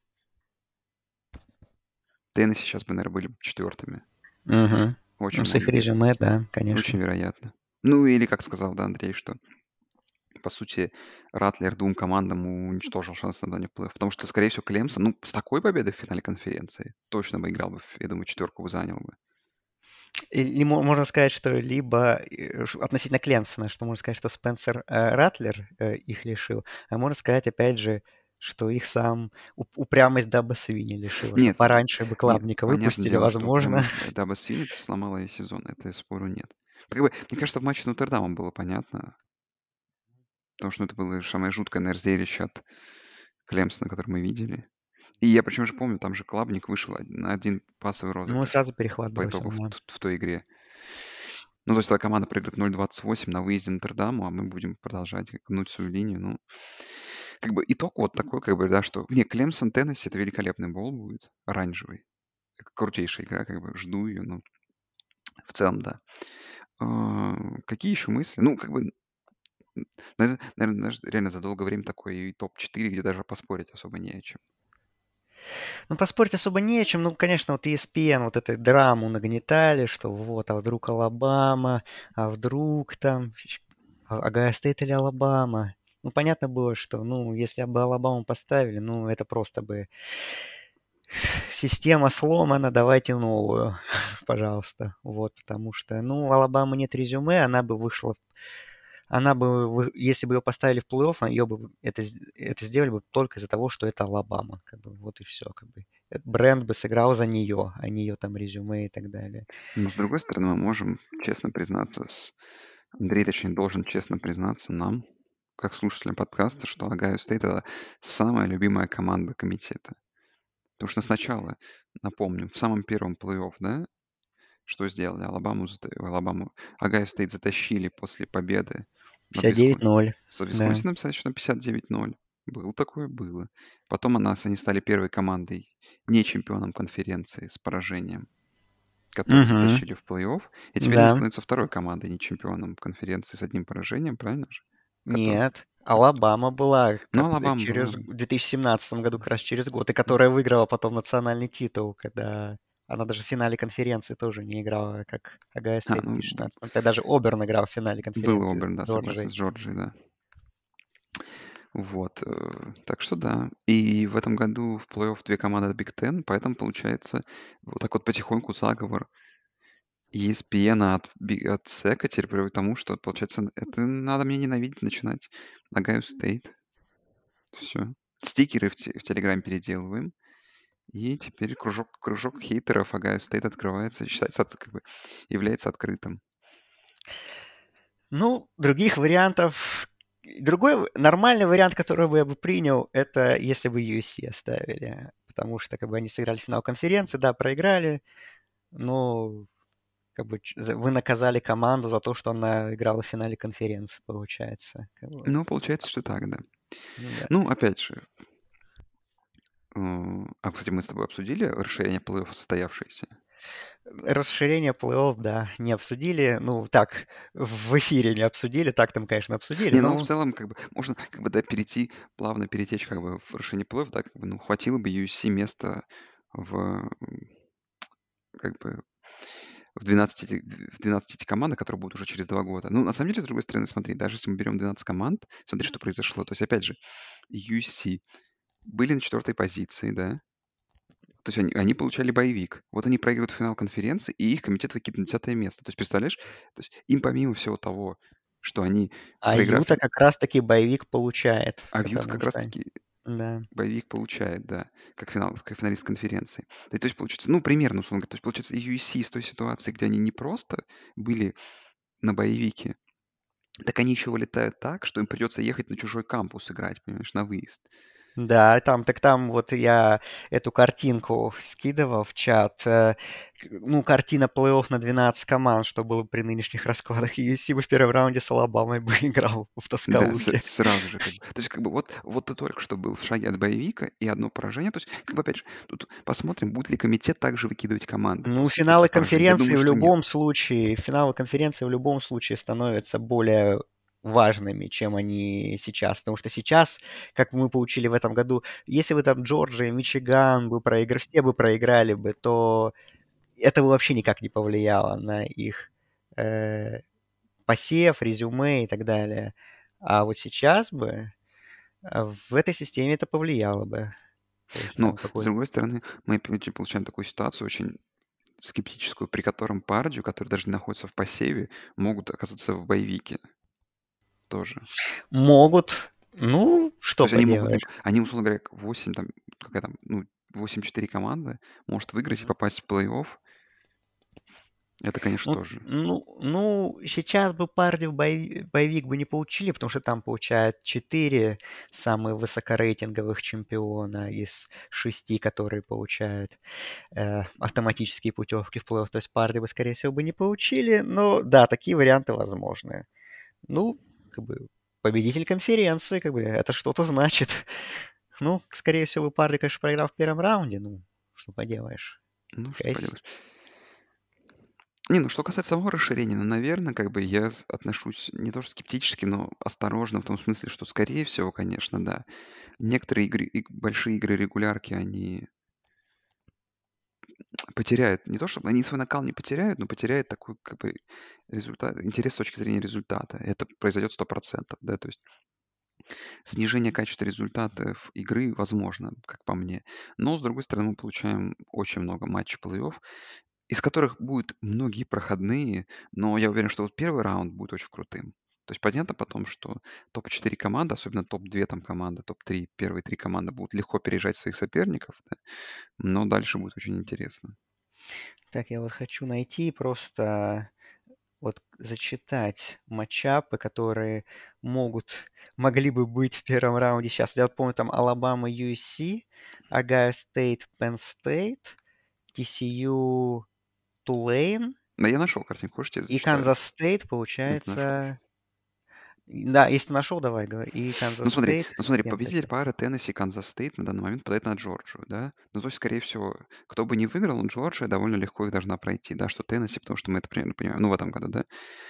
Теннесси сейчас бы, наверное, были бы четвертыми. Угу. Очень Ну, с их могли быть. резюме, да, Очень конечно. вероятно. Ну, или, как сказал, да, Андрей, что по сути, Ратлер двум командам уничтожил шанс на попадание в плей-офф. Потому что, скорее всего, Клемсон, ну, с такой победой в финале конференции точно бы играл бы, я думаю, четверку бы занял бы. И можно сказать, что либо относительно Клемсона, что можно сказать, что Спенсер Ратлер их лишил, а можно сказать, опять же, что их сам упрямость Даба Свини лишила, что Нет, пораньше бы нет, Клавника понятное выпустили, дело, что возможно. прямость Даба Свинни сломала весь сезон, это спору нет. Как бы, мне кажется, в матче с Нотр-Дамом было понятно, потому что ну, это было самое жуткое, наверное, зрелище от Клемсона, которое мы видели. И я причем же помню, там же Клабник вышел на один пасовый Ну, и розыгрыш сразу перехват по итогу бросил, да. в той игре. Ну, то есть твоя команда проиграет 0-28 на выезде Нотр-Даму, а мы будем продолжать гнуть свою линию. Ну, как бы итог вот такой, как бы, да, что... Не, Клемсон, Теннесси — это великолепный бол будет, оранжевый. крутейшая игра, как бы жду ее, но в целом, да. Какие еще мысли? Ну, как бы, наверное, даже реально за долгое время такой топ-4, где даже поспорить особо не о чем. Ну, поспорить особо не о чем. Ну, конечно, вот ESPN вот эту драму нагнетали, что вот, а вдруг Алабама, а вдруг там Огайо Стейт или Алабама. Ну, понятно было, что, ну, если бы Алабаму поставили, ну, это просто бы система сломана, давайте новую, пожалуйста. Вот, потому что, ну, у Алабамы нет резюме, она бы вышла, она бы, если бы ее поставили в плей-офф, ее бы, это сделали бы только из-за того, что это Алабама. Как бы, вот и все. Как бы. Бренд бы сыграл за нее, а не ее там резюме и так далее. Но, с другой стороны, мы можем честно признаться Андрей, точнее, должен честно признаться нам, как слушателям подкаста, что Огайо Стейт — это самая любимая команда комитета. Потому что сначала, напомню, в самом первом плей-офф, да, что сделали? Алабаму, Огайо Стейт затащили после победы над 59-0, да. Висконсином, достаточно 59-0. Было такое? Было. Потом они стали первой командой, не чемпионом конференции с поражением, которую Угу, затащили в плей-офф. И теперь они да. становятся второй командой, не чемпионом конференции с одним поражением, правильно же? Который... Нет, Алабама была Ну, как Алабама была. через в 2017 году, как раз через год, и которая выиграла потом национальный титул, когда она даже в финале конференции тоже не играла, как Огайо Стейт в Ну, 2016. Тогда даже Оберн играл в финале был конференции с Оберн, да, согласен, Джорджией. с Джорджией, да. Вот, так что да. И в этом году в плей-офф две команды от Big Ten, поэтому получается вот так вот потихоньку заговор ESPN от SEC теперь приводит к тому, что, получается, это надо мне ненавидеть начинать. Ohio State. Все. Стикеры в Телеграме переделываем. И теперь кружок хейтеров Ohio State открывается, считается, как бы является открытым. Ну, других вариантов... Другой нормальный вариант, который бы я бы принял, это если бы USC оставили. Потому что как бы они сыграли финал конференции, да, проиграли, но как бы вы наказали команду за то, что она играла в финале конференции, получается. Как бы, Ну, получается, что так, да. ну да. Ну, опять же, кстати, мы с тобой обсудили расширение плей-офф состоявшееся? Расширение плей-офф, да, не обсудили. Ну, так, в эфире не обсудили, так там, конечно, обсудили, Не, ну, в но целом, как бы, можно, как бы, да, плавно перетечь, как бы, в расширение плей-офф, да, как бы, ну, хватило бы USC места в, как бы, в 12 этих командах, которые будут уже через 2 года. Ну, на самом деле, с другой стороны, смотри, даже если мы берем 12 команд, смотри, что произошло. То есть, опять же, USC были на четвертой позиции, да, то есть они получали боевик. Вот они проигрывают финал конференции, и их комитет выкидывает на 10 место. То есть, представляешь, то есть им помимо всего того, что они, а проиграв, Юта как раз-таки боевик получает, а Вьют потому как что, раз-таки да. боевик получает, да, как финалист конференции. Да, то есть получается, ну, примерно, условно говоря, то есть получается USC с той ситуации, где они не просто были на боевике, так они еще вылетают так, что им придется ехать на чужой кампус играть, понимаешь, на выезд. Да, там, так там вот я эту картинку скидывал в чат. Ну, картина плей-офф на 12 команд, что было при нынешних раскладах. UFC бы в первом раунде с Алабамой бы играл в Да, Тоскалусе. сразу же как бы. То есть как бы вот ты только что был в шаге от боевика и одно поражение. То есть как бы опять же, тут посмотрим, будет ли комитет также выкидывать команды Ну, после финалы таких поражений. Я конференции думаю, в что нет. любом случае, финалы конференции в любом случае становятся более важными, чем они сейчас. Потому что сейчас, как мы получили в этом году, если бы там Джорджия, Мичиган бы проиграли, все бы проиграли бы, то это бы вообще никак не повлияло на их э, посев, резюме и так далее. А вот сейчас бы в этой системе это повлияло бы. То есть Но там с какой-то... другой стороны, мы опять же получаем такую ситуацию очень скептическую, при котором Пардию, который даже не находится в посеве, могут оказаться в боевике тоже. Могут, ну, То что есть они могут, поделаешь. они, условно говоря, 8 там, какая там, ну, 8-4 команды может выиграть и попасть в плей-офф. Это, конечно, Ну, тоже. ну, сейчас бы парни в боевик бы не получили, потому что там получают 4 самых высокорейтинговых чемпиона из 6, которые получают автоматические путевки в плей-офф. То есть парни бы, скорее всего, бы не получили. Но да, такие варианты возможны. Ну, как бы победитель конференции, как бы это что-то значит. Ну, скорее всего, бы парни, конечно, проиграл в первом раунде. Ну, что поделаешь. Ну, что Такая поделаешь. Не, ну что касается самого расширения, ну, наверное, как бы я отношусь не то что скептически, но осторожно в том смысле, что, скорее всего, конечно, да. Некоторые игры, большие игры регулярки, они потеряют, не то чтобы они свой накал не потеряют, но потеряют такой как бы результат, интерес с точки зрения результата. Это произойдет 100%, да, то есть снижение качества результатов игры возможно, как по мне. Но, с другой стороны, мы получаем очень много матчей плей-офф, из которых будут многие проходные, но я уверен, что вот первый раунд будет очень крутым. То есть понятно потом, что топ-4 команды, особенно топ-2 там команды, топ-3, первые 3 команды будут легко переезжать своих соперников, да, но дальше будет очень интересно. Так, я вот хочу найти просто вот зачитать матчапы, которые могли бы быть в первом раунде сейчас. Я вот помню там Алабама USC, Ohio State Penn State, TCU Tulane Да, я нашел картинку, хочешь, я и зачитаю? Kansas State, Или ты нашел? получается... Да, если нашел, давай, говори. И Ну Kansas смотри, State, ну смотри, победитель Кентаки. пары Теннесси и Канзас Стейт на данный момент подает на Джорджию, да? Ну, то есть, скорее всего, кто бы не выиграл, Джорджия довольно легко их должна пройти, да, что Теннесси, потому что мы это примерно понимаем, ну, в этом году, да?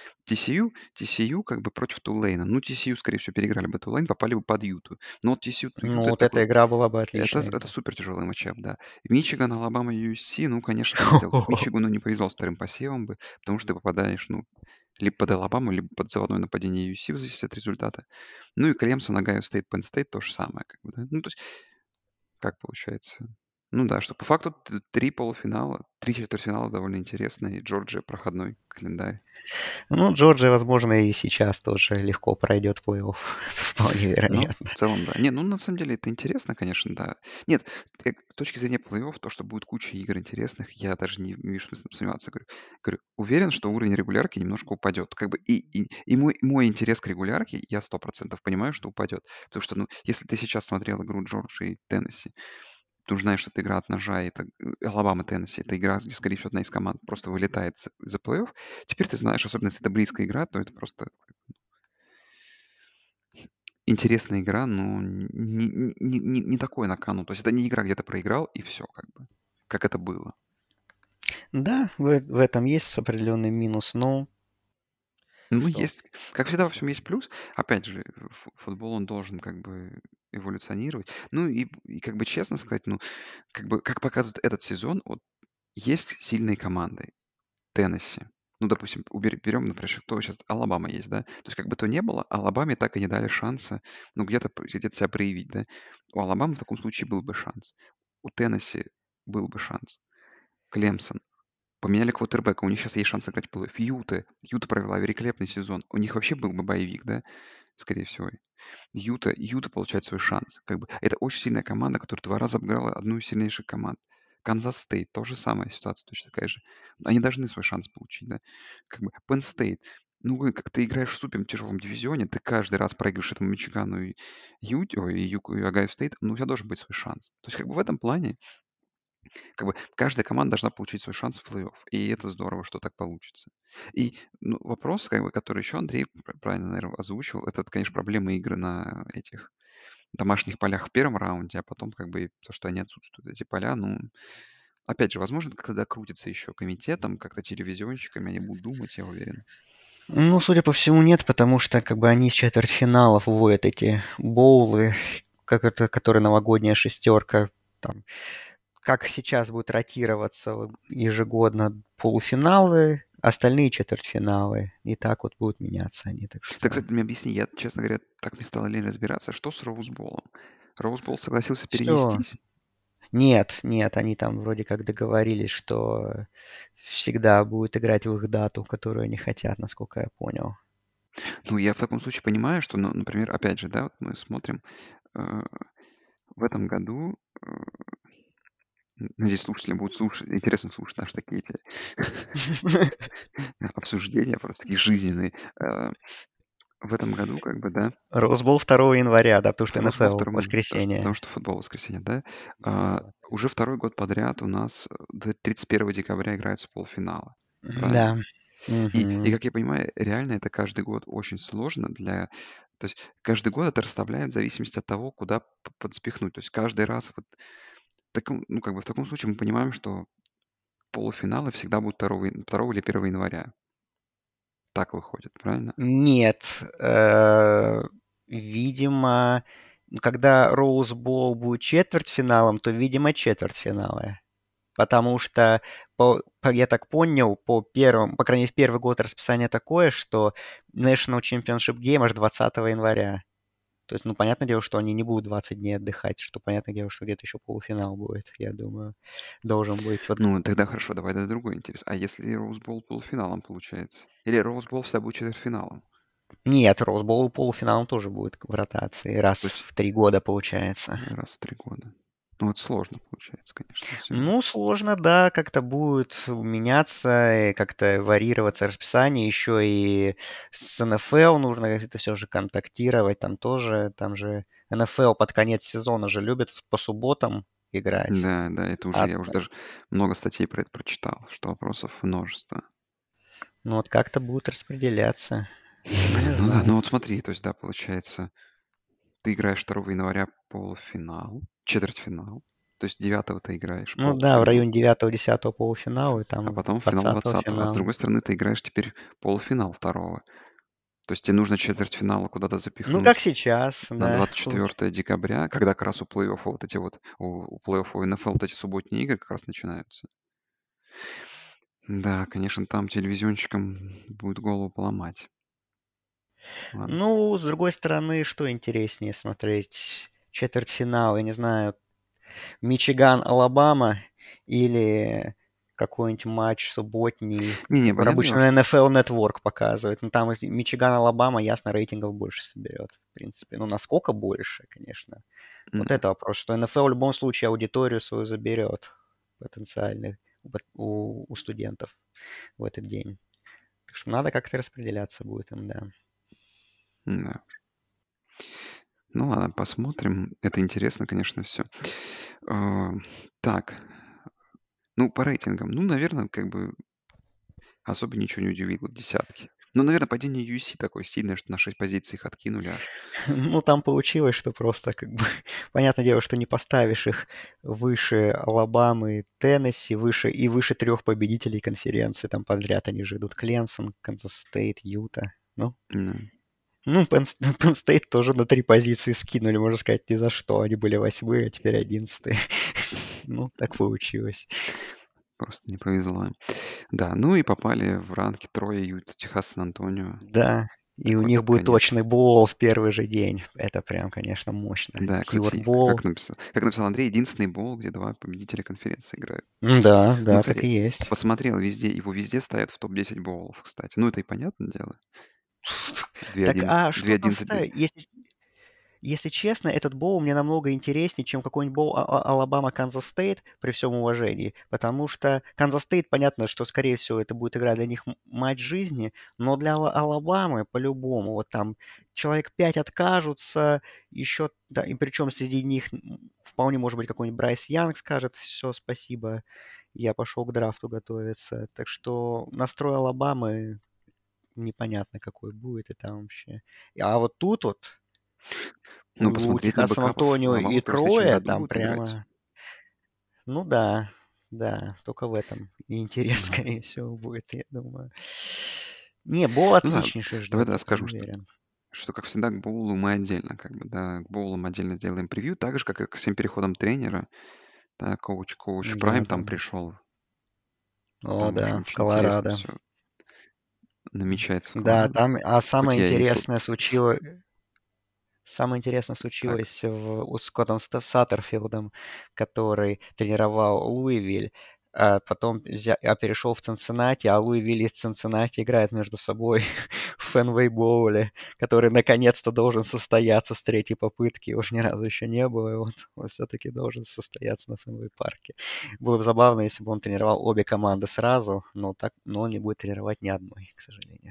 TCU как бы против Тулейна. Ну, TCU, скорее всего, переиграли бы Тулейн, попали бы под Юту. Но вот TCU Ну, Юта это вот такой, эта игра была бы это, отличная это игра. супер тяжелый матчап, да. Мичиган, Алабама, USC, ну, конечно, понятное дело, тут Мичигану не повезло с вторым посевом бы, потому что ты попадаешь, ну, либо под Алабаму, либо под заводное нападение USC, в зависимости от результата. Ну и Клемсон, Огайо Стейт, Penn State то же самое, как бы, да. Ну, то есть, как получается? Ну да, что по факту три полуфинала, три четвертьфинала довольно интересные, и Джорджия проходной календарь. Ну, Джорджия, возможно, и сейчас тоже легко пройдет плей-офф. Это вполне Ну, вероятно. в целом, да. Не, ну, на самом деле, это интересно, конечно, да. Нет, с точки зрения плей-офф, то, что будет куча игр интересных, я даже не вижу смысла сомневаться. Говорю, уверен, что уровень регулярки немножко упадет. Как бы и мой интерес к регулярке, я 100% понимаю, что упадет. Потому что, ну, если ты сейчас смотрел игру Джорджии и Теннесси, ты уже знаешь, что это игра от ножа, и это Алабама, Теннесси, это игра, где, скорее всего, одна из команд просто вылетает за плей-офф. Теперь ты знаешь, особенно если это близкая игра, то это просто интересная игра, но не такой на кону. То есть это не игра, где ты проиграл и все, как бы, как это было. Да, в этом есть определенный минус, но Ну, что? есть, как всегда, во всем есть плюс. Опять же, футбол, он должен как бы эволюционировать. Ну и как бы честно сказать, ну, как бы, как показывает этот сезон, вот есть сильные команды. Теннесси. Ну, допустим, берем, например, кто сейчас, Алабама есть, да? То есть как бы то ни было, Алабаме так и не дали шанса, ну, где-то себя проявить, да? У Алабамы в таком случае был бы шанс. У Теннесси был бы шанс. Клемсон. Поменяли квотербека, у них сейчас есть шанс играть в плей-офф. Юта провела великолепный сезон. У них вообще был бы боевик, да? Скорее всего. Юта получает свой шанс. Как бы, это очень сильная команда, которая 2 раза обыграла одну из сильнейших команд. Канзас Стейт, тоже самая ситуация, точно такая же. Они должны свой шанс получить, да. Как бы Penn State. Ну, как ты играешь в супер тяжелом дивизионе, ты каждый раз проигрываешь этому Мичигану и Огайо Стейт, ну, у тебя должен быть свой шанс. То есть, как бы в этом плане, как бы каждая команда должна получить свой шанс в плей-офф. И это здорово, что так получится. И ну, вопрос, как бы, который еще Андрей правильно, наверное, озвучил, это, конечно, проблема игры на этих домашних полях в первом раунде, а потом как бы то, что они отсутствуют, эти поля, ну, опять же, возможно, это когда крутится еще комитетом, как-то телевизионщиками, они будут думать, я уверен. Ну, судя по всему, нет, потому что как бы они из четвертьфиналов вводят эти боулы, как это, которые новогодняя шестерка, там, как сейчас будет ротироваться вот ежегодно полуфиналы, остальные четвертьфиналы. И так вот будут меняться они, так Так, что кстати, мне объясни, я, честно говоря, так мне стало лень разбираться, что с Роузболом? Роузбол согласился все. перенестись? Нет, нет, они там вроде как договорились, что всегда будут играть в их дату, которую они хотят, насколько я понял. Ну, я в таком случае понимаю, что, ну, например, опять же, да, вот мы смотрим, э, в этом году, надеюсь, слушатели будут слушать, интересно слушать наши такие эти обсуждения, просто такие жизненные. В этом году, как бы, да, Росбол 2 января, да, потому что Росбол НФЛ, 2, потому воскресенье. что футбол в воскресенье, да. Да. Уже второй год подряд у нас 31 декабря играются полуфиналы. Правильно? Да. И, Мгм. как я понимаю, реально это каждый год очень сложно для... То есть каждый год это расставляют в зависимости от того, куда подспихнуть. То есть каждый раз вот... ну, как бы в таком случае мы понимаем, что полуфиналы всегда будут 2 или 1 января. Так выходит, правильно? Нет, видимо, когда Rose Bowl будет четвертьфиналом, то, видимо, четвертьфиналы. Потому что, я так понял, по крайней мере, в первый год расписание такое, что National Championship Game аж 20 января. То есть, ну, понятное дело, что они не будут 20 дней отдыхать, что понятное дело, что где-то еще полуфинал будет, я думаю, должен быть. Вот Ну, тогда хорошо, давай тогда другой интерес. А если Rose Bowl полуфиналом получается? Или Rose Bowl всегда будет четвертьфиналом? нет, Rose Bowl полуфиналом тоже будет в ротации, То раз есть в 3 года получается. раз в 3 года. Ну, вот сложно получается, конечно, все. Ну, сложно, да, как-то будет меняться, и как-то варьироваться расписание. Еще и с НФЛ нужно это все же контактировать. Там же НФЛ под конец сезона же любят по субботам играть. Да, да, это уже, А, я уже даже много статей про это прочитал, что вопросов множество. ну, вот как-то будут распределяться. Ну, Блин, не ну да, ну знаю. вот смотри, то есть, да, получается, ты играешь 2 января полуфинал, четвертьфинал, то есть 9 ты играешь Ну да, в полуфинал, районе 9-10 полуфинала, и а там потом финал 20 20-го. А с финал. другой стороны, ты играешь теперь полуфинал второго. То есть тебе нужно четвертьфинала куда-то Ну, как запихнуть сейчас, на да. 24 декабря, когда как раз у плей-оффа вот эти вот, у плей-оффа у НФЛ вот эти субботние игры как раз начинаются. Да, конечно, там телевизионщикам будет голову поломать. Ладно. Ну, с другой стороны, что интереснее смотреть? Четвертьфинал, я не знаю, Мичиган, Алабама или какой-нибудь матч субботний, Не-не, который понятное дело, обычно что... на NFL Network показывает. Ну, там Мичиган, Алабама, ясно, рейтингов больше соберет, в принципе. Ну, насколько больше, конечно. Вот М, это вопрос, что NFL в любом случае аудиторию свою заберет потенциальных у студентов в этот день. Так что надо как-то распределяться будет им, да. да. Ну ладно, посмотрим. Это интересно, конечно, все. Так, ну, по рейтингам. Ну, наверное, как бы особо ничего не удивило. Десятки. Ну, наверное, падение USC такое сильное, что на 6 позиций их откинули аж. Ну, там получилось, что просто, как бы, понятное дело, что не поставишь их выше Алабамы, Теннесси, выше 3 победителей конференции там подряд. Они же идут Клемсон, Канзас Стейт, Юта. Ну, Ну, Penn State тоже на 3 позиции скинули, можно сказать, ни за что. Они были 8-е, а теперь 11-е. Ну, так получилось. просто не повезло им. Да, ну и попали в ранки трое Юта, Техас, Сан-Антонио. Да, и Так у вот, них будет конец. точный боул в первый же день. Это прям, конечно, мощно. Да, Pure кстати, Bowl. как написал Андрей, единственный бол, где 2 победителя конференции играют. Да, Ну, да, так кстати, и есть. посмотрел везде, его везде ставят в топ-10 боулов, кстати. Ну, это и понятное дело. Так, а Две что там 11 ставить? Если честно, этот боул мне намного интереснее, чем какой-нибудь боул Алабама-Канзас Стейт, при всем уважении, потому что Канзас Стейт, понятно, что, скорее всего, это будет игра для них матч жизни, но для Алабамы по-любому, вот там человек 5 откажутся, еще, да, и причем среди них вполне может быть какой-нибудь Брайс Янг скажет, все, спасибо, я пошел к драфту готовиться. Так что настрой Алабамы непонятно какой будет, и там вообще. А вот тут вот Ну, у посмотреть на Техаса бэкапов Сан-Антонио и Алабама, которые в следующем Троя году там будут играть. прямо, ну да, да, только в этом и интерес, Да. скорее всего, будет, я думаю. Не, Бол Ну да, отличнейший давай ждет, тогда я скажем, уверен. что, как всегда, к боулу мы отдельно, как бы, да, к боулам отдельно сделаем превью, так же, как и к всем переходам тренера. Да, коуч Да, Прайм там там, пришел. о Там уже да, в очень интересно Колорадо. все намечается в Да, Колорадо. там, а Хоть я и самое интересное так. случилось у Скоттом Саттерфилдом, который тренировал Луивиль, а потом перешел в Цинциннати, а Луивиль и Цинциннати играют между собой в Фенвей Боуле, который наконец-то должен состояться с третьей попытки. Уж ни разу еще не было, и вот он все-таки должен состояться на Фенвей парке. Было бы забавно, если бы он тренировал обе команды сразу, но он не будет тренировать ни одной, к сожалению.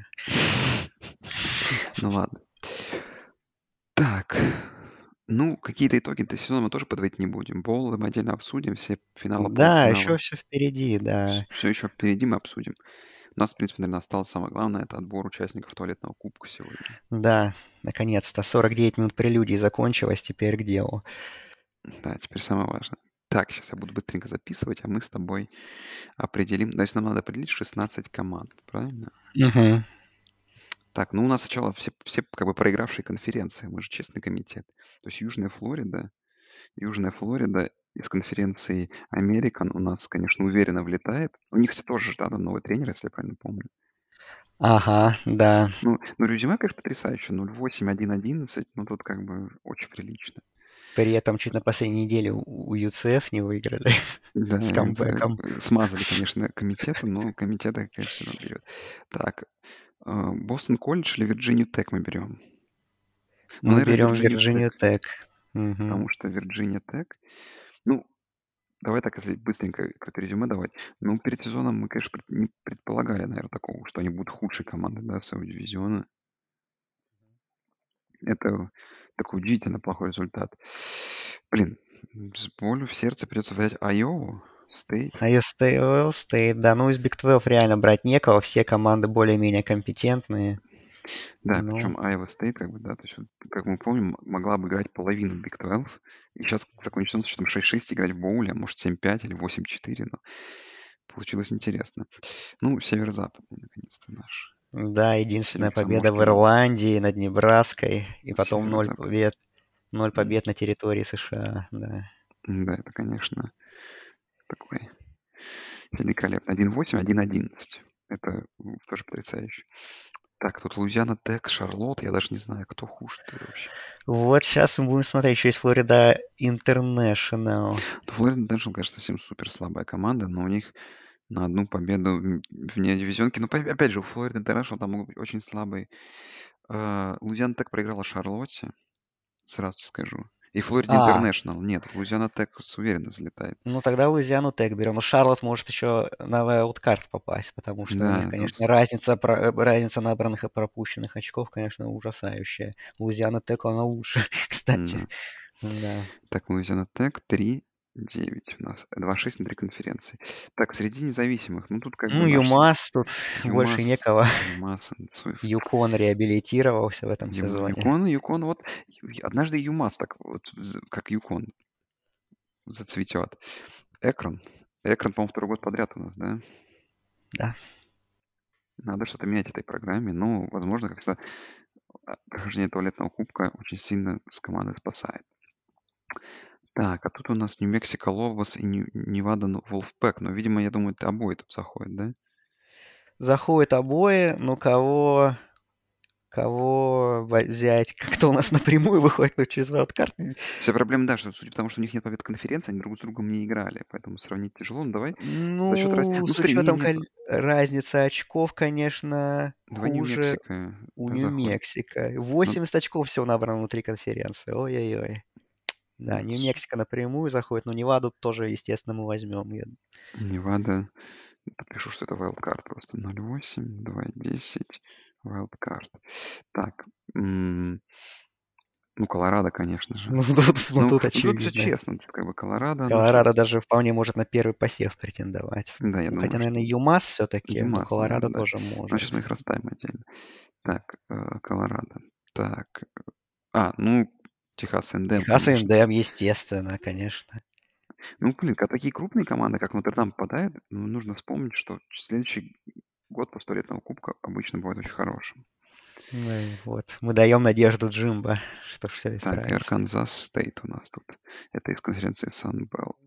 Ну ладно. Так, ну, какие-то итоги-то сезона мы тоже подводить не будем. Боулы мы отдельно обсудим, все финалы, Да, еще полуфиналы. все впереди, да. Все еще впереди мы обсудим. У нас, в принципе, наверное, осталось самое главное — это отбор участников туалетного кубка сегодня. Да, наконец-то. 49 минут прелюдии закончилось, теперь к делу. Да, теперь самое важное. Так, сейчас я буду быстренько записывать, а мы с тобой определим. То есть нам надо определить 16 команд, правильно? Мгм. Так, ну у нас сначала все как бы проигравшие конференции. Мы же честный комитет. То есть Южная Флорида из конференции Американ у нас, конечно, уверенно влетает. У них, кстати, тоже же, да, там новый тренер, если я правильно помню. Ага, да. Ну, резюме, конечно, потрясающее. 0-8, 1-11. Ну, тут как бы очень прилично. При этом чуть на последней неделе у UCF не выиграли Да, с это камбэком. смазали, конечно, комитеты, но комитеты, конечно, все равно берет. Так, Бостон колледж или Вирджинию Тек мы берем? Ну, Мы наверное, берем Вирджинию Вирджинию Тек, Тек. Мгм. потому что Вирджиния Тек... Ну, давай так, если быстренько какое-то резюме давать. Ну, перед сезоном мы, конечно, не предполагали, наверное, такого, что они будут худшей командой, да, своего дивизиона. Это такой удивительно плохой результат. Блин, с болью в сердце придется взять Айову, Стейт. Ohio State, да, ну из Big 12 реально брать некого, все команды более-менее компетентные. Да, Ну, причем Айова Стейт, как бы, да, то есть, вот, как мы помним, могла бы играть половину Big 12, и сейчас закончится с счетом 6-6 играть в боуле, а может 7-5 или 8-4, но получилось интересно. Ну, северо-западный, наконец-то, наш. да, единственная победа в Комсомольский Ирландии над Небраской, и потом северо-запад. ноль М, побед на территории США, да. Да, это, конечно, такой великолепно. 1-8, 1-11. Это тоже потрясающе. Так, тут Луизиана Тек, Шарлотт, я даже не знаю, кто хуже-то вообще. Вот сейчас мы будем смотреть, еще есть Флорида Интернешнл. Ну, Флорида International, конечно, совсем супер слабая команда, но у них на одну победу вне дивизионки. Но опять же, у Флориды International там могут быть очень слабые. Луизиана Тек проиграла Шарлотте, сразу скажу. И Флорида А, Интернешнл. Нет, Луизиана Тек уверенно залетает. ну тогда Луизиану Тек берем. Но Шарлотт может еще на вайлдкарт попасть, потому что у них, Да, тут конечно, разница набранных и пропущенных очков, конечно, ужасающая. Луизиана Тек, она лучше, кстати. м, Да. так, Луизиана Тек 3-9 у нас. 2-6 на 3 конференции. Так, среди независимых. Ну, тут как бы Ну, наш ЮМАСс, тут больше ЮМАС, некого. ЮМАС, Свифт. Юкон реабилитировался в этом сезоне. Юкон, вот однажды ЮМАС так вот, как Юкон зацветет. Экран. Экран, по-моему, второй год подряд у нас, да? Да. Надо что-то менять этой программе. Ну, возможно, как всегда, прохождение туалетного кубка очень сильно с командой спасает. Так, а тут у нас Нью-Мексико Лобос и Невада Волфпэк. Но, видимо, я думаю, это обои тут заходят, да? Заходят обои, но кого взять? Кто у нас напрямую выходит, кто через вайлдкарт? Вся проблема, да, что судя по тому, что у них нет побед конференции, они друг с другом не играли, поэтому сравнить тяжело. Ну, давай за счет раз... Ну, Ну, с смотри, учетом нет, разницы очков, конечно, давай хуже Нью-Мексико, у да, заходит. Нью-Мексико. Ну, 80 очков всего набрано внутри конференции. Ой-ой-ой. Да, ну, Нью-Мексико напрямую заходит, но Неваду тоже, естественно, мы возьмем. Невада, подпишу, что это wildcard просто. 0,8, 2,10, wildcard. Так, ну, Колорадо, конечно же. Ну, Ну, тут ну, тут все очевидно. честно. Тут как бы Колорадо, ну, Колорадо сейчас... даже вполне может на первый посев претендовать. Да, я Ну, хотя, думаю, наверное, что ЮМАС все-таки, но ЮМАС, Колорадо наверное, да. тоже Но может. сейчас мы их расставим отдельно. Так, Колорадо. Так, ну, Техас Эндем, Техас конечно. A&M, естественно, конечно. Ну, блин, когда такие крупные команды, как Нотр-Дам, попадают, ну, нужно вспомнить, что следующий год после туалетного кубка обычно бывает очень хорошим. Ну и вот, мы даем надежду Джимбо, что все Так, и исправится. Арканзас Стейт у нас тут. Это из конференции Sunbelt.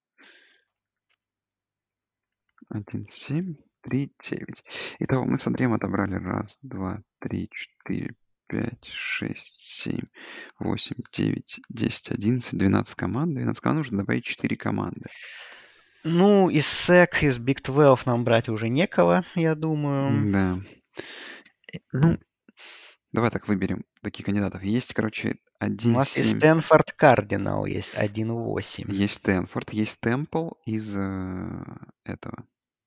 1-7, 3-9. Итого мы с Андреем отобрали раз, два, три, четыре, 5, 6, 7, 8, 9, 10, 11, 12 команд. 12 команд нужно добавить 4 команды. Ну, из SEC, из Big 12 нам брать уже некого, я думаю. Да. Ну, давай так выберем таких кандидатов. Есть, короче, У нас и 1-7. Стэнфорд Кардинал есть 1-8. Есть Стэнфорд, есть Темпл из этого.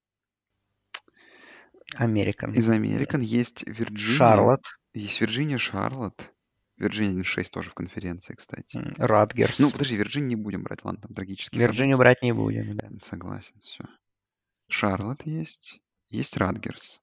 Американ. Из Американ. Есть Вирджиния. Шарлотт, Есть Вирджиния, Шарлотт. Вирджиния 1-6 тоже в конференции, кстати. Ну, Радгерс. подожди, Вирджинию не будем брать, ладно, там трагические Вирджинию события. брать не будем, да. Согласен, все. Шарлотт есть. Есть Радгерс.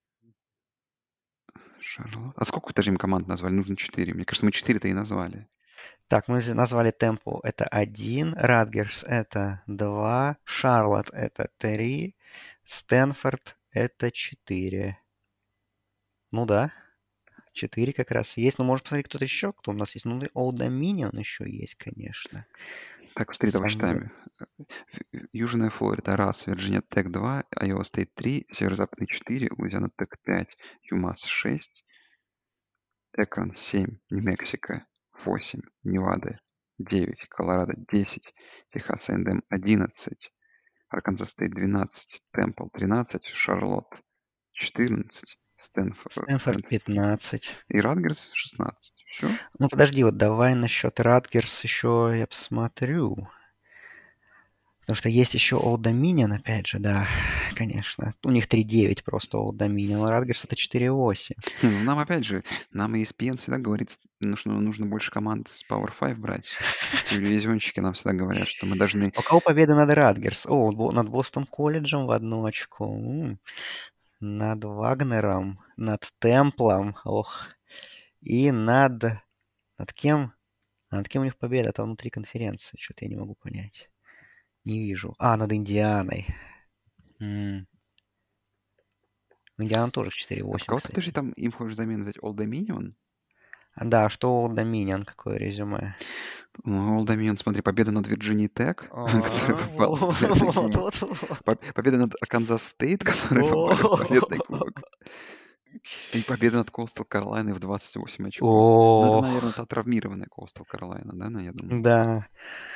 Шарлотт. А сколько, подожди, мы команд назвали? Нужно 4. Мне кажется, мы 4-то и назвали. Так, мы назвали Темпл это 1, Радгерс это 2, Шарлотт это 3, Стэнфорд это 4. Ну да, 4 как раз есть. Ну, можно посмотреть, кто-то еще, кто у нас есть. Ну, и Old Dominion еще есть, конечно. Так, смотри, давай Сан-Ди- считаем. Южная Флорида раз, Вирджиния Тек 2, Айова Стейт 3, Северо-Западный 4, Луизиана Тек 5, ЮМАС 6, Экрон 7, Нью-Мексико 8, Невада 9, Колорадо 10, Техас A&M 11, Арканзас Стейт 12, Темпл 13, Шарлотт 14, Стэнфорд 15. и Радгерс 16. Все? Ну, подожди, вот давай насчет Радгерс еще я посмотрю. Потому что есть еще Old Dominion, опять же, да, конечно. У них 3.9 просто Old Dominion, а Радгерс это 4.8. Не, ну нам опять же, нам ESPN всегда говорит, ну, что нужно больше команд с Power 5 брать. Телевизионщики нам всегда говорят, что мы должны... У кого победа над Радгерс? О, над Бостон колледжем в одну очко. Над Вагнером, над Темплом, ох. И над кем? А над кем у них победа? Это внутри конференции. Что-то я не могу понять. Не вижу. А, над Индианой. М, Индиана тоже в А в 4.8, кого ты, подожди, кстати. там им хочешь замену взять Old Dominion? Да, что у Доминион, какое резюме? Ну, Old Dominion, смотри, победа над Вирджинией Тек, которая попала в туалетный Вот, кубок. вот, вот. Победа над Арканзас Стейт, которые попали в туалетный О, кубок. И победа над Coastal Carolina в 28 очков. Ну, это, ох, наверное, та травмированная Coastal Carolina, да, я думаю. да,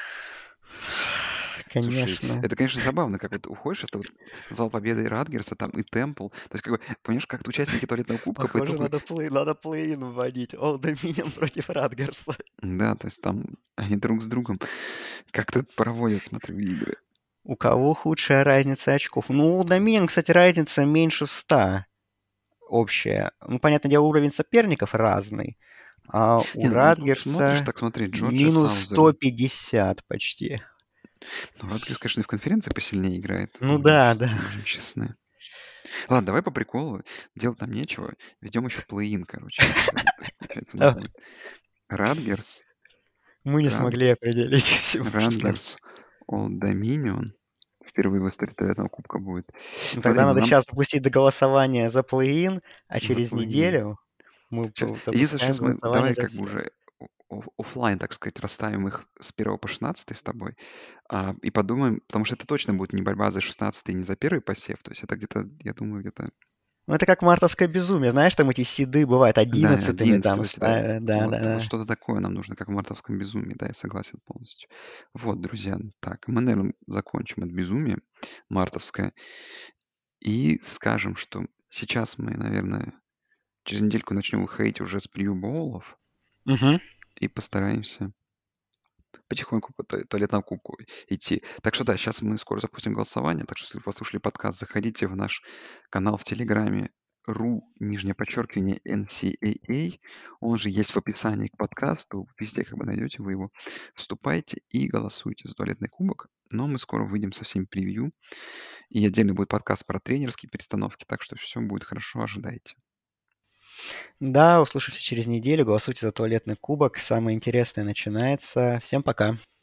Слушай, конечно. это, конечно, забавно, как вот уходишь, это вот назвал победой Радгерса там и Темпл. То есть, как бы, понимаешь, как-то участники туалетного кубка по Похоже, итогу... надо плей-ин вводить. О, Доминион против Радгерса. Да, то есть там они друг с другом как-то проводят, смотрю, игры. У кого худшая разница очков? Ну, у Доминион, кстати, разница меньше 100 общая. Ну, понятное дело, уровень соперников разный. А у Не, ну смотришь, Радгерса так смотри, Джорджия минус Саузерн. 150 почти. Ну, Радгерс, конечно, и в конференции посильнее играет, Ну да, да. будем честны. Ладно, давай по приколу, делать нам нечего, ведем еще плей-ин, короче, назовем. То есть, получается, у нас Давай. будет Радгерс, Мы не Рад... смогли определить всего, что нам. Радгерс, Олд Доминион. Впервые в истории туалетного кубка будет. Ну, тогда Смотри, ну надо нам сейчас запустить до голосования за плей-ин, а за через плей-ин. неделю мы Щас единственное, запускаем щас мы голосование давай за как бы всех. уже оффлайн, так сказать, расставим их с 1 по 16 с тобой, и подумаем, потому что это точно будет не борьба за 16 и не за первый посев. То есть это где-то, я думаю, где-то... Ну, это как мартовское безумие. Знаешь, там эти сиды бывают Да, 11-ми 11, там то есть это ставят. вот Да-да-да. что-то такое нам нужно, как в "Мартовском безумии". Да, я согласен полностью. Вот, друзья, так, мы, наверно, закончим это безумие мартовское и скажем, что сейчас мы, наверное, через недельку начнем выходить уже с превью-боулов Мгм. и постараемся потихоньку по туалетному кубку идти. Так что да, сейчас мы скоро запустим голосование. Так что, если вы послушали подкаст, заходите в наш канал в Телеграме ru_NCAA. Он же есть в описании к подкасту. Везде как бы найдете вы его. Вступайте и голосуйте за туалетный кубок. Но мы скоро выйдем со всеми превью. И отдельно будет подкаст про тренерские перестановки. Так что все будет хорошо, ожидайте. Да, услышимся через неделю. Голосуйте за туалетный кубок. Самое интересное начинается. Всем пока.